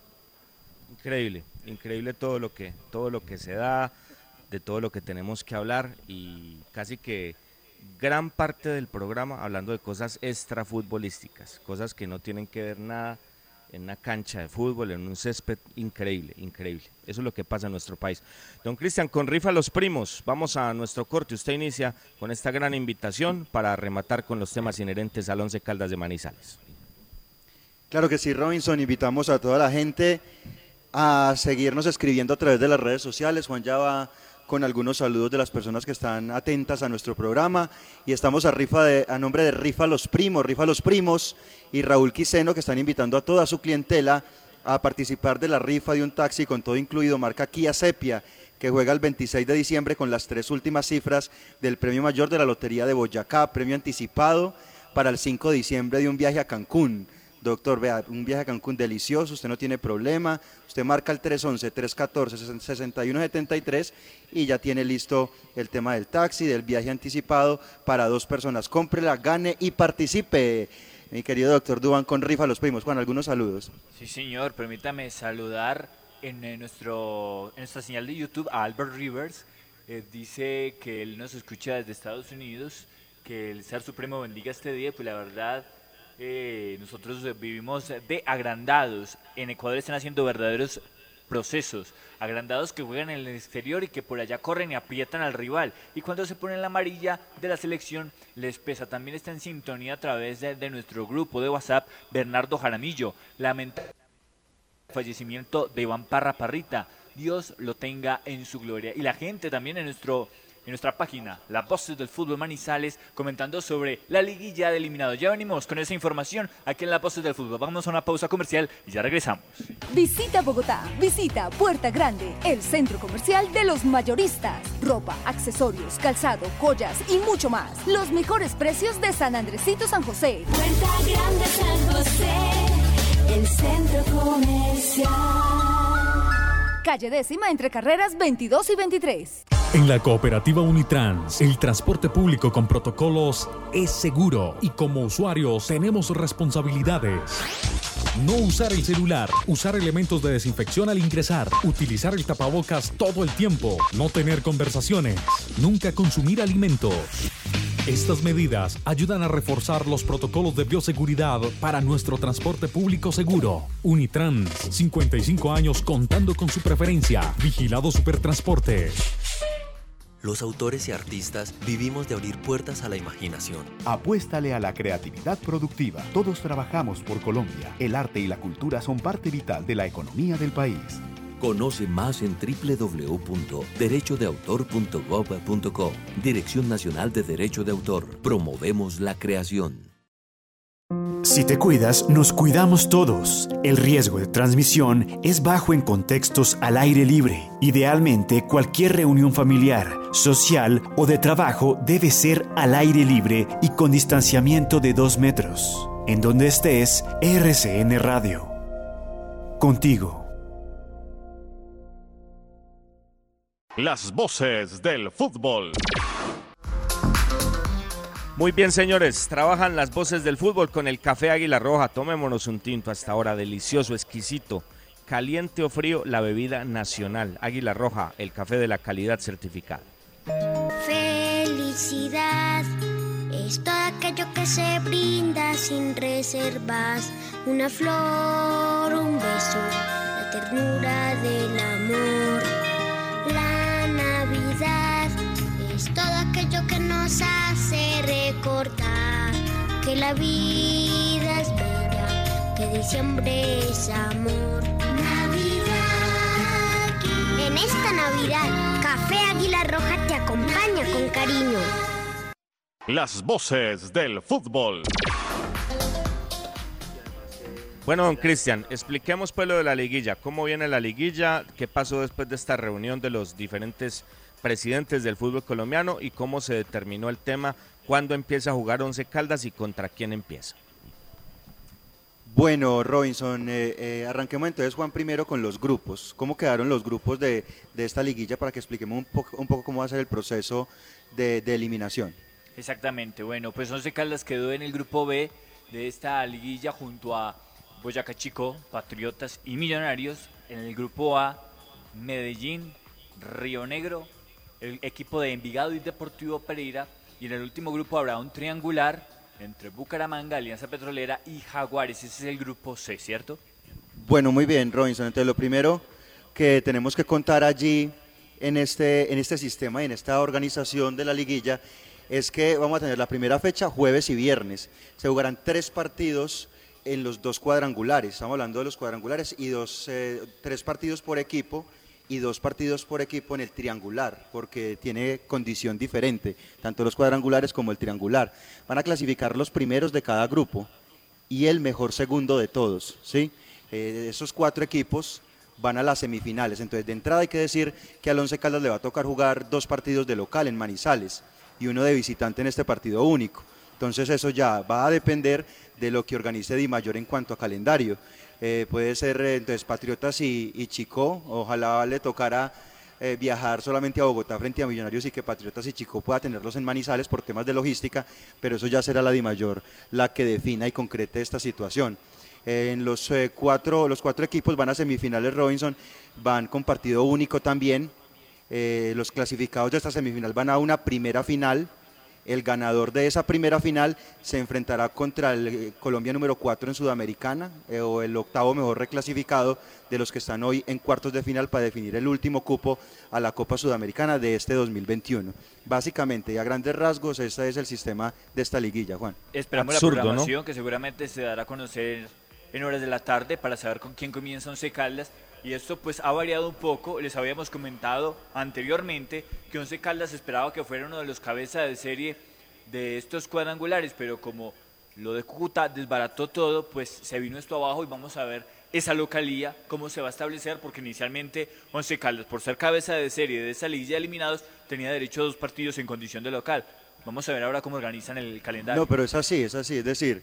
Increíble, increíble todo lo que, todo lo que se da, de todo lo que tenemos que hablar y casi que gran parte del programa hablando de cosas extrafutbolísticas, cosas que no tienen que ver nada en una cancha de fútbol, en un césped, increíble, increíble. Eso es lo que pasa en nuestro país. Don Cristian, con Rifa Los Primos, vamos a nuestro corte. Usted inicia con esta gran invitación para rematar con los temas inherentes al Once Caldas de Manizales. Claro que sí, Robinson, invitamos a toda la gente a seguirnos escribiendo a través de las redes sociales. Juan ya va con algunos saludos de las personas que están atentas a nuestro programa y estamos a rifa de, a nombre de Rifa Los Primos, Rifa Los Primos y Raúl Quiseno, que están invitando a toda su clientela a participar de la rifa de un taxi con todo incluido marca Kia Sepia, que juega el veintiséis de diciembre con las tres últimas cifras del premio mayor de la Lotería de Boyacá, premio anticipado para el cinco de diciembre de un viaje a Cancún. Doctor, vea, un viaje a Cancún delicioso, usted no tiene problema, usted marca el tres once, tres catorce, sesenta y uno setenta y tres y ya tiene listo el tema del taxi, del viaje anticipado para dos personas. Cómprela, gane y participe. Mi querido doctor Duván con Rifa Los Primos. Juan, algunos saludos. Sí, señor, permítame saludar en, en, nuestro, en nuestra señal de YouTube a Albert Rivers. Eh, dice que él nos escucha desde Estados Unidos, que el Ser Supremo bendiga este día, pues la verdad... Eh, nosotros vivimos de agrandados. En Ecuador están haciendo verdaderos procesos, agrandados que juegan en el exterior y que por allá corren y aprietan al rival, y cuando se ponen la amarilla de la selección les pesa. También está en sintonía a través de, de nuestro grupo de WhatsApp Bernardo Jaramillo. Lamenta el fallecimiento de Iván Parra Parrita, Dios lo tenga en su gloria. Y la gente también en nuestro en nuestra página, Las Voces del Fútbol Manizales, comentando sobre la liguilla de eliminados. Ya venimos con esa información aquí en Las Voces del Fútbol. Vamos a una pausa comercial y ya regresamos. Visita Bogotá, visita Puerta Grande, el centro comercial de los mayoristas. Ropa, accesorios, calzado, joyas y mucho más. Los mejores precios de San Andresito San José. Puerta Grande San José, el centro comercial. Calle Décima entre carreras veintidós y veintitrés. En la cooperativa Unitrans, el transporte público con protocolos es seguro y como usuarios tenemos responsabilidades. No usar el celular, usar elementos de desinfección al ingresar, utilizar el tapabocas todo el tiempo, no tener conversaciones, nunca consumir alimentos. Estas medidas ayudan a reforzar los protocolos de bioseguridad para nuestro transporte público seguro. Unitrans, cincuenta y cinco años contando con su preferencia. Vigilado Supertransporte. Los autores y artistas vivimos de abrir puertas a la imaginación. Apuéstale a la creatividad productiva. Todos trabajamos por Colombia. El arte y la cultura son parte vital de la economía del país. Conoce más en doble u doble u doble u punto derecho de autor punto gob punto co. Dirección Nacional de Derecho de Autor. Promovemos la creación. Si te cuidas, nos cuidamos todos. El riesgo de transmisión es bajo en contextos al aire libre. Idealmente, cualquier reunión familiar, social o de trabajo debe ser al aire libre y con distanciamiento de dos metros. En donde estés, R C N Radio. Contigo. Las voces del fútbol. Muy bien, señores, trabajan las voces del fútbol con el café Águila Roja. Tomémonos un tinto hasta ahora, delicioso, exquisito, caliente o frío, la bebida nacional. Águila Roja, el café de la calidad certificada. Felicidad es todo aquello que se brinda sin reservas. Una flor, un beso, la ternura del amor. La Navidad es todo aquello que nos hace recordar que la vida es bella, que diciembre es amor. Navidad. En esta Navidad, Café Águila Roja te acompaña con cariño. Las voces del fútbol. Bueno, don Cristian, expliquemos pues lo de la liguilla. ¿Cómo viene la liguilla? ¿Qué pasó después de esta reunión de los diferentes presidentes del fútbol colombiano y cómo se determinó el tema? ¿Cuándo empieza a jugar Once Caldas y contra quién empieza? Bueno, Robinson, eh, eh, arranquemos entonces, Juan, primero con los grupos. ¿Cómo quedaron los grupos de, de esta liguilla para que expliquemos un poco, un poco cómo va a ser el proceso de, de eliminación? Exactamente, bueno, pues Once Caldas quedó en el grupo B de esta liguilla junto a Boyacá Chico, Patriotas y Millonarios. En el grupo A, Medellín, Río Negro, el equipo de Envigado y Deportivo Pereira. Y en el último grupo habrá un triangular entre Bucaramanga, Alianza Petrolera y Jaguares. Ese es el grupo C, ¿cierto? Bueno, muy bien, Robinson. Entonces, lo primero que tenemos que contar allí en este, en este sistema y en esta organización de la liguilla es que vamos a tener la primera fecha jueves y viernes. Se jugarán tres partidos en los dos cuadrangulares. Estamos hablando de los cuadrangulares y dos, eh, tres partidos por equipo y dos partidos por equipo en el triangular, porque tiene condición diferente, tanto los cuadrangulares como el triangular. Van a clasificar los primeros de cada grupo y el mejor segundo de todos, ¿sí? Eh, esos cuatro equipos van a las semifinales. Entonces, de entrada hay que decir que al Once Caldas le va a tocar jugar dos partidos de local en Manizales y uno de visitante en este partido único. Entonces, eso ya va a depender de lo que organice Di Mayor en cuanto a calendario. Eh, puede ser eh, entonces Patriotas y, y Chico, ojalá le tocara eh, viajar solamente a Bogotá frente a Millonarios y que Patriotas y Chico pueda tenerlos en Manizales por temas de logística, pero eso ya será la Di Mayor la que defina y concrete esta situación. Eh, en los, eh, cuatro, los cuatro equipos van a semifinales, Robinson, van con partido único también. Eh, los clasificados de esta semifinal van a una primera final. El ganador de esa primera final se enfrentará contra el eh, Colombia número cuatro en Sudamericana eh, o el octavo mejor reclasificado de los que están hoy en cuartos de final para definir el último cupo a la Copa Sudamericana de este dos mil veintiuno. Básicamente y a grandes rasgos este es el sistema de esta liguilla, Juan. Esperamos Absurdo, la programación, ¿no? Que seguramente se dará a conocer en horas de la tarde para saber con quién comienza Once Caldas. Y esto pues ha variado un poco. Les habíamos comentado anteriormente que Once Caldas esperaba que fuera uno de los cabezas de serie de estos cuadrangulares, pero como lo de Cúcuta desbarató todo, pues se vino esto abajo y vamos a ver esa localía, cómo se va a establecer, porque inicialmente Once Caldas, por ser cabeza de serie de esa liguilla de eliminados, tenía derecho a dos partidos en condición de local. Vamos a ver ahora cómo organizan el calendario. No, pero es así, es así, es decir,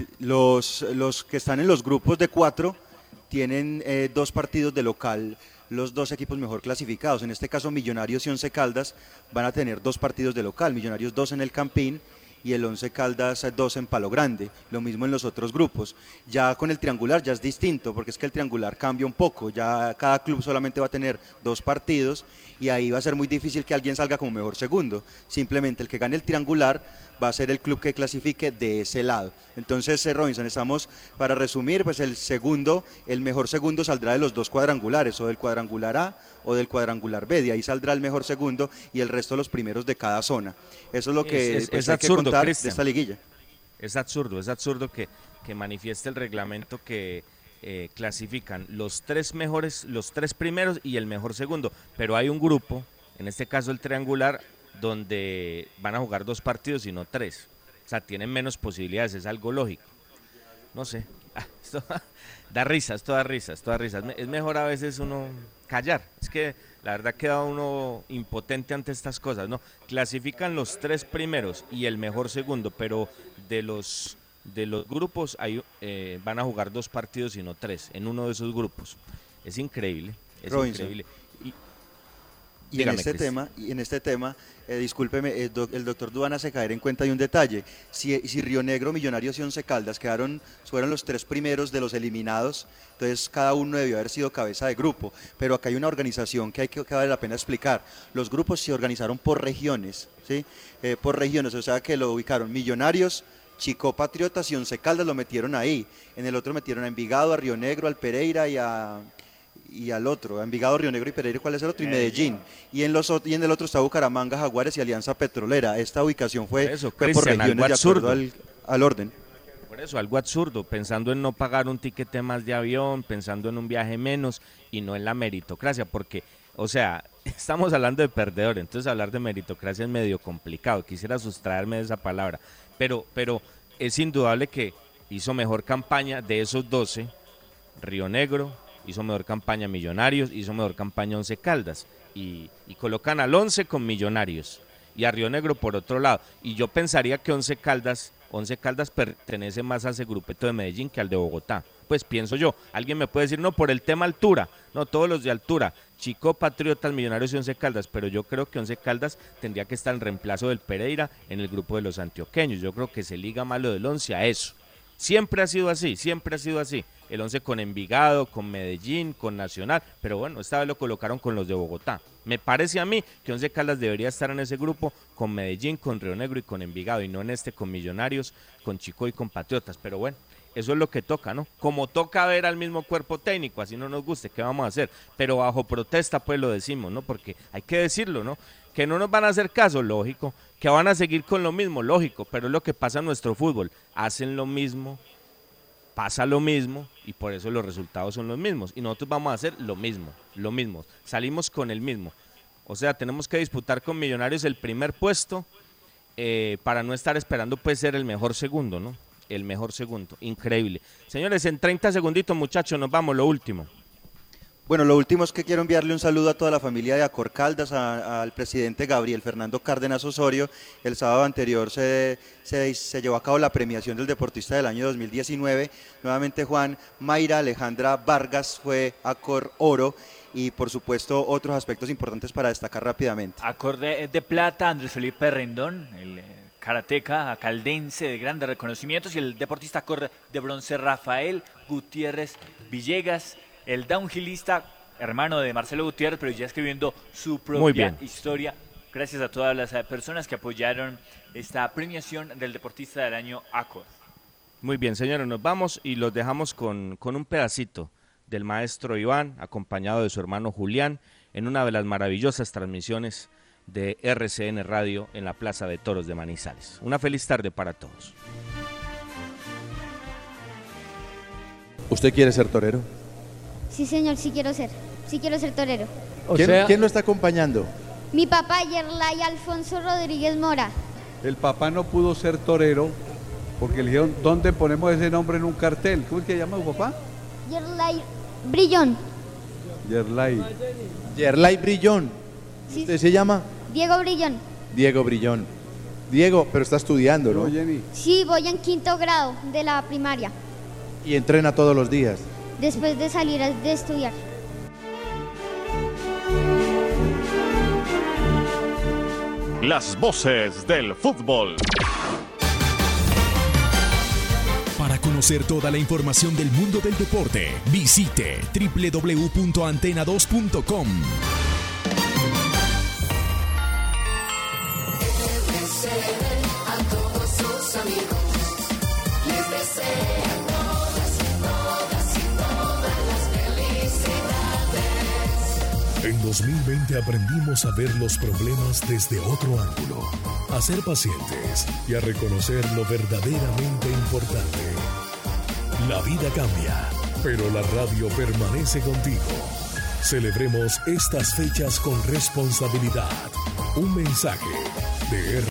los, los que están en los grupos de cuatro tienen eh, dos partidos de local, los dos equipos mejor clasificados. En este caso, Millonarios y Once Caldas van a tener dos partidos de local, Millonarios dos en el Campín y el Once Caldas dos en Palo Grande, lo mismo en los otros grupos. Ya con el triangular ya es distinto, porque es que el triangular cambia un poco, ya cada club solamente va a tener dos partidos y ahí va a ser muy difícil que alguien salga como mejor segundo, simplemente el que gane el triangular va a ser el club que clasifique de ese lado. Entonces, eh, Robinson, estamos, para resumir, pues el segundo, el mejor segundo saldrá de los dos cuadrangulares, o del cuadrangular A o del cuadrangular B, de ahí saldrá el mejor segundo y el resto los primeros de cada zona. Eso es lo que es, es, pues, es hay absurdo, que contar Cristian. de esta liguilla. Es absurdo, es absurdo que, que manifieste el reglamento que eh, clasifican los tres mejores, los tres primeros y el mejor segundo, pero hay un grupo, en este caso el triangular, donde van a jugar dos partidos y no tres. O sea, tienen menos posibilidades, es algo lógico. No sé, ah, esto da risa, esto da risa, esto da risa. Es mejor a veces uno callar. Es que la verdad queda uno impotente ante estas cosas, ¿no? Clasifican los tres primeros y el mejor segundo, pero de los de los grupos hay, eh, van a jugar dos partidos y no tres, en uno de esos grupos. Es increíble, es Robinson. increíble. Y, Y en este, tema, y en este tema, eh, discúlpeme, el, doc, el doctor Duan hace caer en cuenta de un detalle. Si, si Río Negro, Millonarios y Once Caldas quedaron, fueron los tres primeros de los eliminados, entonces cada uno debió haber sido cabeza de grupo. Pero acá hay una organización que, hay que, que vale la pena explicar. Los grupos se organizaron por regiones, ¿sí? Eh, por regiones, o sea que lo ubicaron Millonarios, Chico, Patriotas y Once Caldas lo metieron ahí. En el otro metieron a Envigado, a Río Negro, al Pereira y a... y al otro, Envigado, Río Negro y Pereira, ¿cuál es el otro? Y Medellín. Y en los y en el otro está Bucaramanga, Jaguares y Alianza Petrolera. Esta ubicación fue, eso, fue por Cristian, regiones de acuerdo al, al orden. Por eso, algo absurdo, pensando en no pagar un tiquete más de avión, pensando en un viaje menos y no en la meritocracia, porque, o sea, estamos hablando de perdedor, entonces hablar de meritocracia es medio complicado, quisiera sustraerme de esa palabra, pero, pero es indudable que hizo mejor campaña de esos doce, Río Negro, hizo mejor campaña Millonarios, hizo mejor campaña Once Caldas, y, y colocan al once con Millonarios y a Río Negro por otro lado, y yo pensaría que Once Caldas Once Caldas pertenece más a ese grupeto de Medellín que al de Bogotá. Pues pienso yo, alguien me puede decir, no, por el tema altura, no, todos los de altura, Chico, Patriotas, Millonarios y Once Caldas, pero yo creo que Once Caldas tendría que estar en reemplazo del Pereira en el grupo de los antioqueños. Yo creo que se liga más lo del Once a eso. Siempre ha sido así, siempre ha sido así. El Once con Envigado, con Medellín, con Nacional, pero bueno, esta vez lo colocaron con los de Bogotá. Me parece a mí que Once Caldas debería estar en ese grupo con Medellín, con Río Negro y con Envigado, y no en este con Millonarios, con Chico y con Patriotas, pero bueno. Eso es lo que toca, ¿no? Como toca ver al mismo cuerpo técnico, así no nos guste, ¿qué vamos a hacer? Pero bajo protesta, pues lo decimos, ¿no? Porque hay que decirlo, ¿no? Que no nos van a hacer caso, lógico. Que van a seguir con lo mismo, lógico. Pero es lo que pasa en nuestro fútbol. Hacen lo mismo, pasa lo mismo y por eso los resultados son los mismos. Y nosotros vamos a hacer lo mismo, lo mismo. Salimos con el mismo. O sea, tenemos que disputar con Millonarios el primer puesto eh, para no estar esperando, pues, ser el mejor segundo, ¿no? El mejor segundo, increíble. Señores, en treinta segunditos, muchachos, nos vamos, lo último. Bueno, lo último es que quiero enviarle un saludo a toda la familia de Acor Caldas, a, al presidente Gabriel Fernando Cárdenas Osorio. El sábado anterior se, se, se llevó a cabo la premiación del deportista del año dos mil diecinueve. Nuevamente Juan, Mayra Alejandra Vargas fue Acor Oro, y por supuesto otros aspectos importantes para destacar rápidamente. Acor de, de plata, Andrés Felipe Rendón, el karateca caldense de grandes reconocimientos, y el deportista Acor de bronce Rafael Gutiérrez Villegas, el downhillista, hermano de Marcelo Gutiérrez, pero ya escribiendo su propia historia, gracias a todas las personas que apoyaron esta premiación del deportista del año Acor. Muy bien, señores, nos vamos y los dejamos con, con un pedacito del maestro Iván, acompañado de su hermano Julián, en una de las maravillosas transmisiones de R C N Radio en la Plaza de Toros de Manizales. Una feliz tarde para todos. ¿Usted quiere ser torero? Sí, señor, sí quiero ser. Sí quiero ser torero. ¿Quién, sea, ¿quién lo está acompañando? Mi papá, Yerlay Alfonso Rodríguez Mora. El papá no pudo ser torero porque le dijeron, ¿dónde ponemos ese nombre en un cartel? ¿Cómo es que llama su papá? Yerlay Brillón. Yerlay. Yerlay Brillón. Sí. ¿Usted se llama? Diego Brillón. Diego Brillón. Diego, pero está estudiando, ¿no? Jenny. Sí, voy en quinto grado de la primaria. ¿Y entrena todos los días? Después de salir de estudiar. Las voces del fútbol. Para conocer toda la información del mundo del deporte, visite doble u doble u doble u punto antena dos punto com. A todos sus amigos les desea todas, todas y todas las felicidades. En dos mil veinte aprendimos a ver los problemas desde otro ángulo, a ser pacientes y a reconocer lo verdaderamente importante. La vida cambia, pero la radio permanece contigo. Celebremos estas fechas con responsabilidad. Un mensaje de R.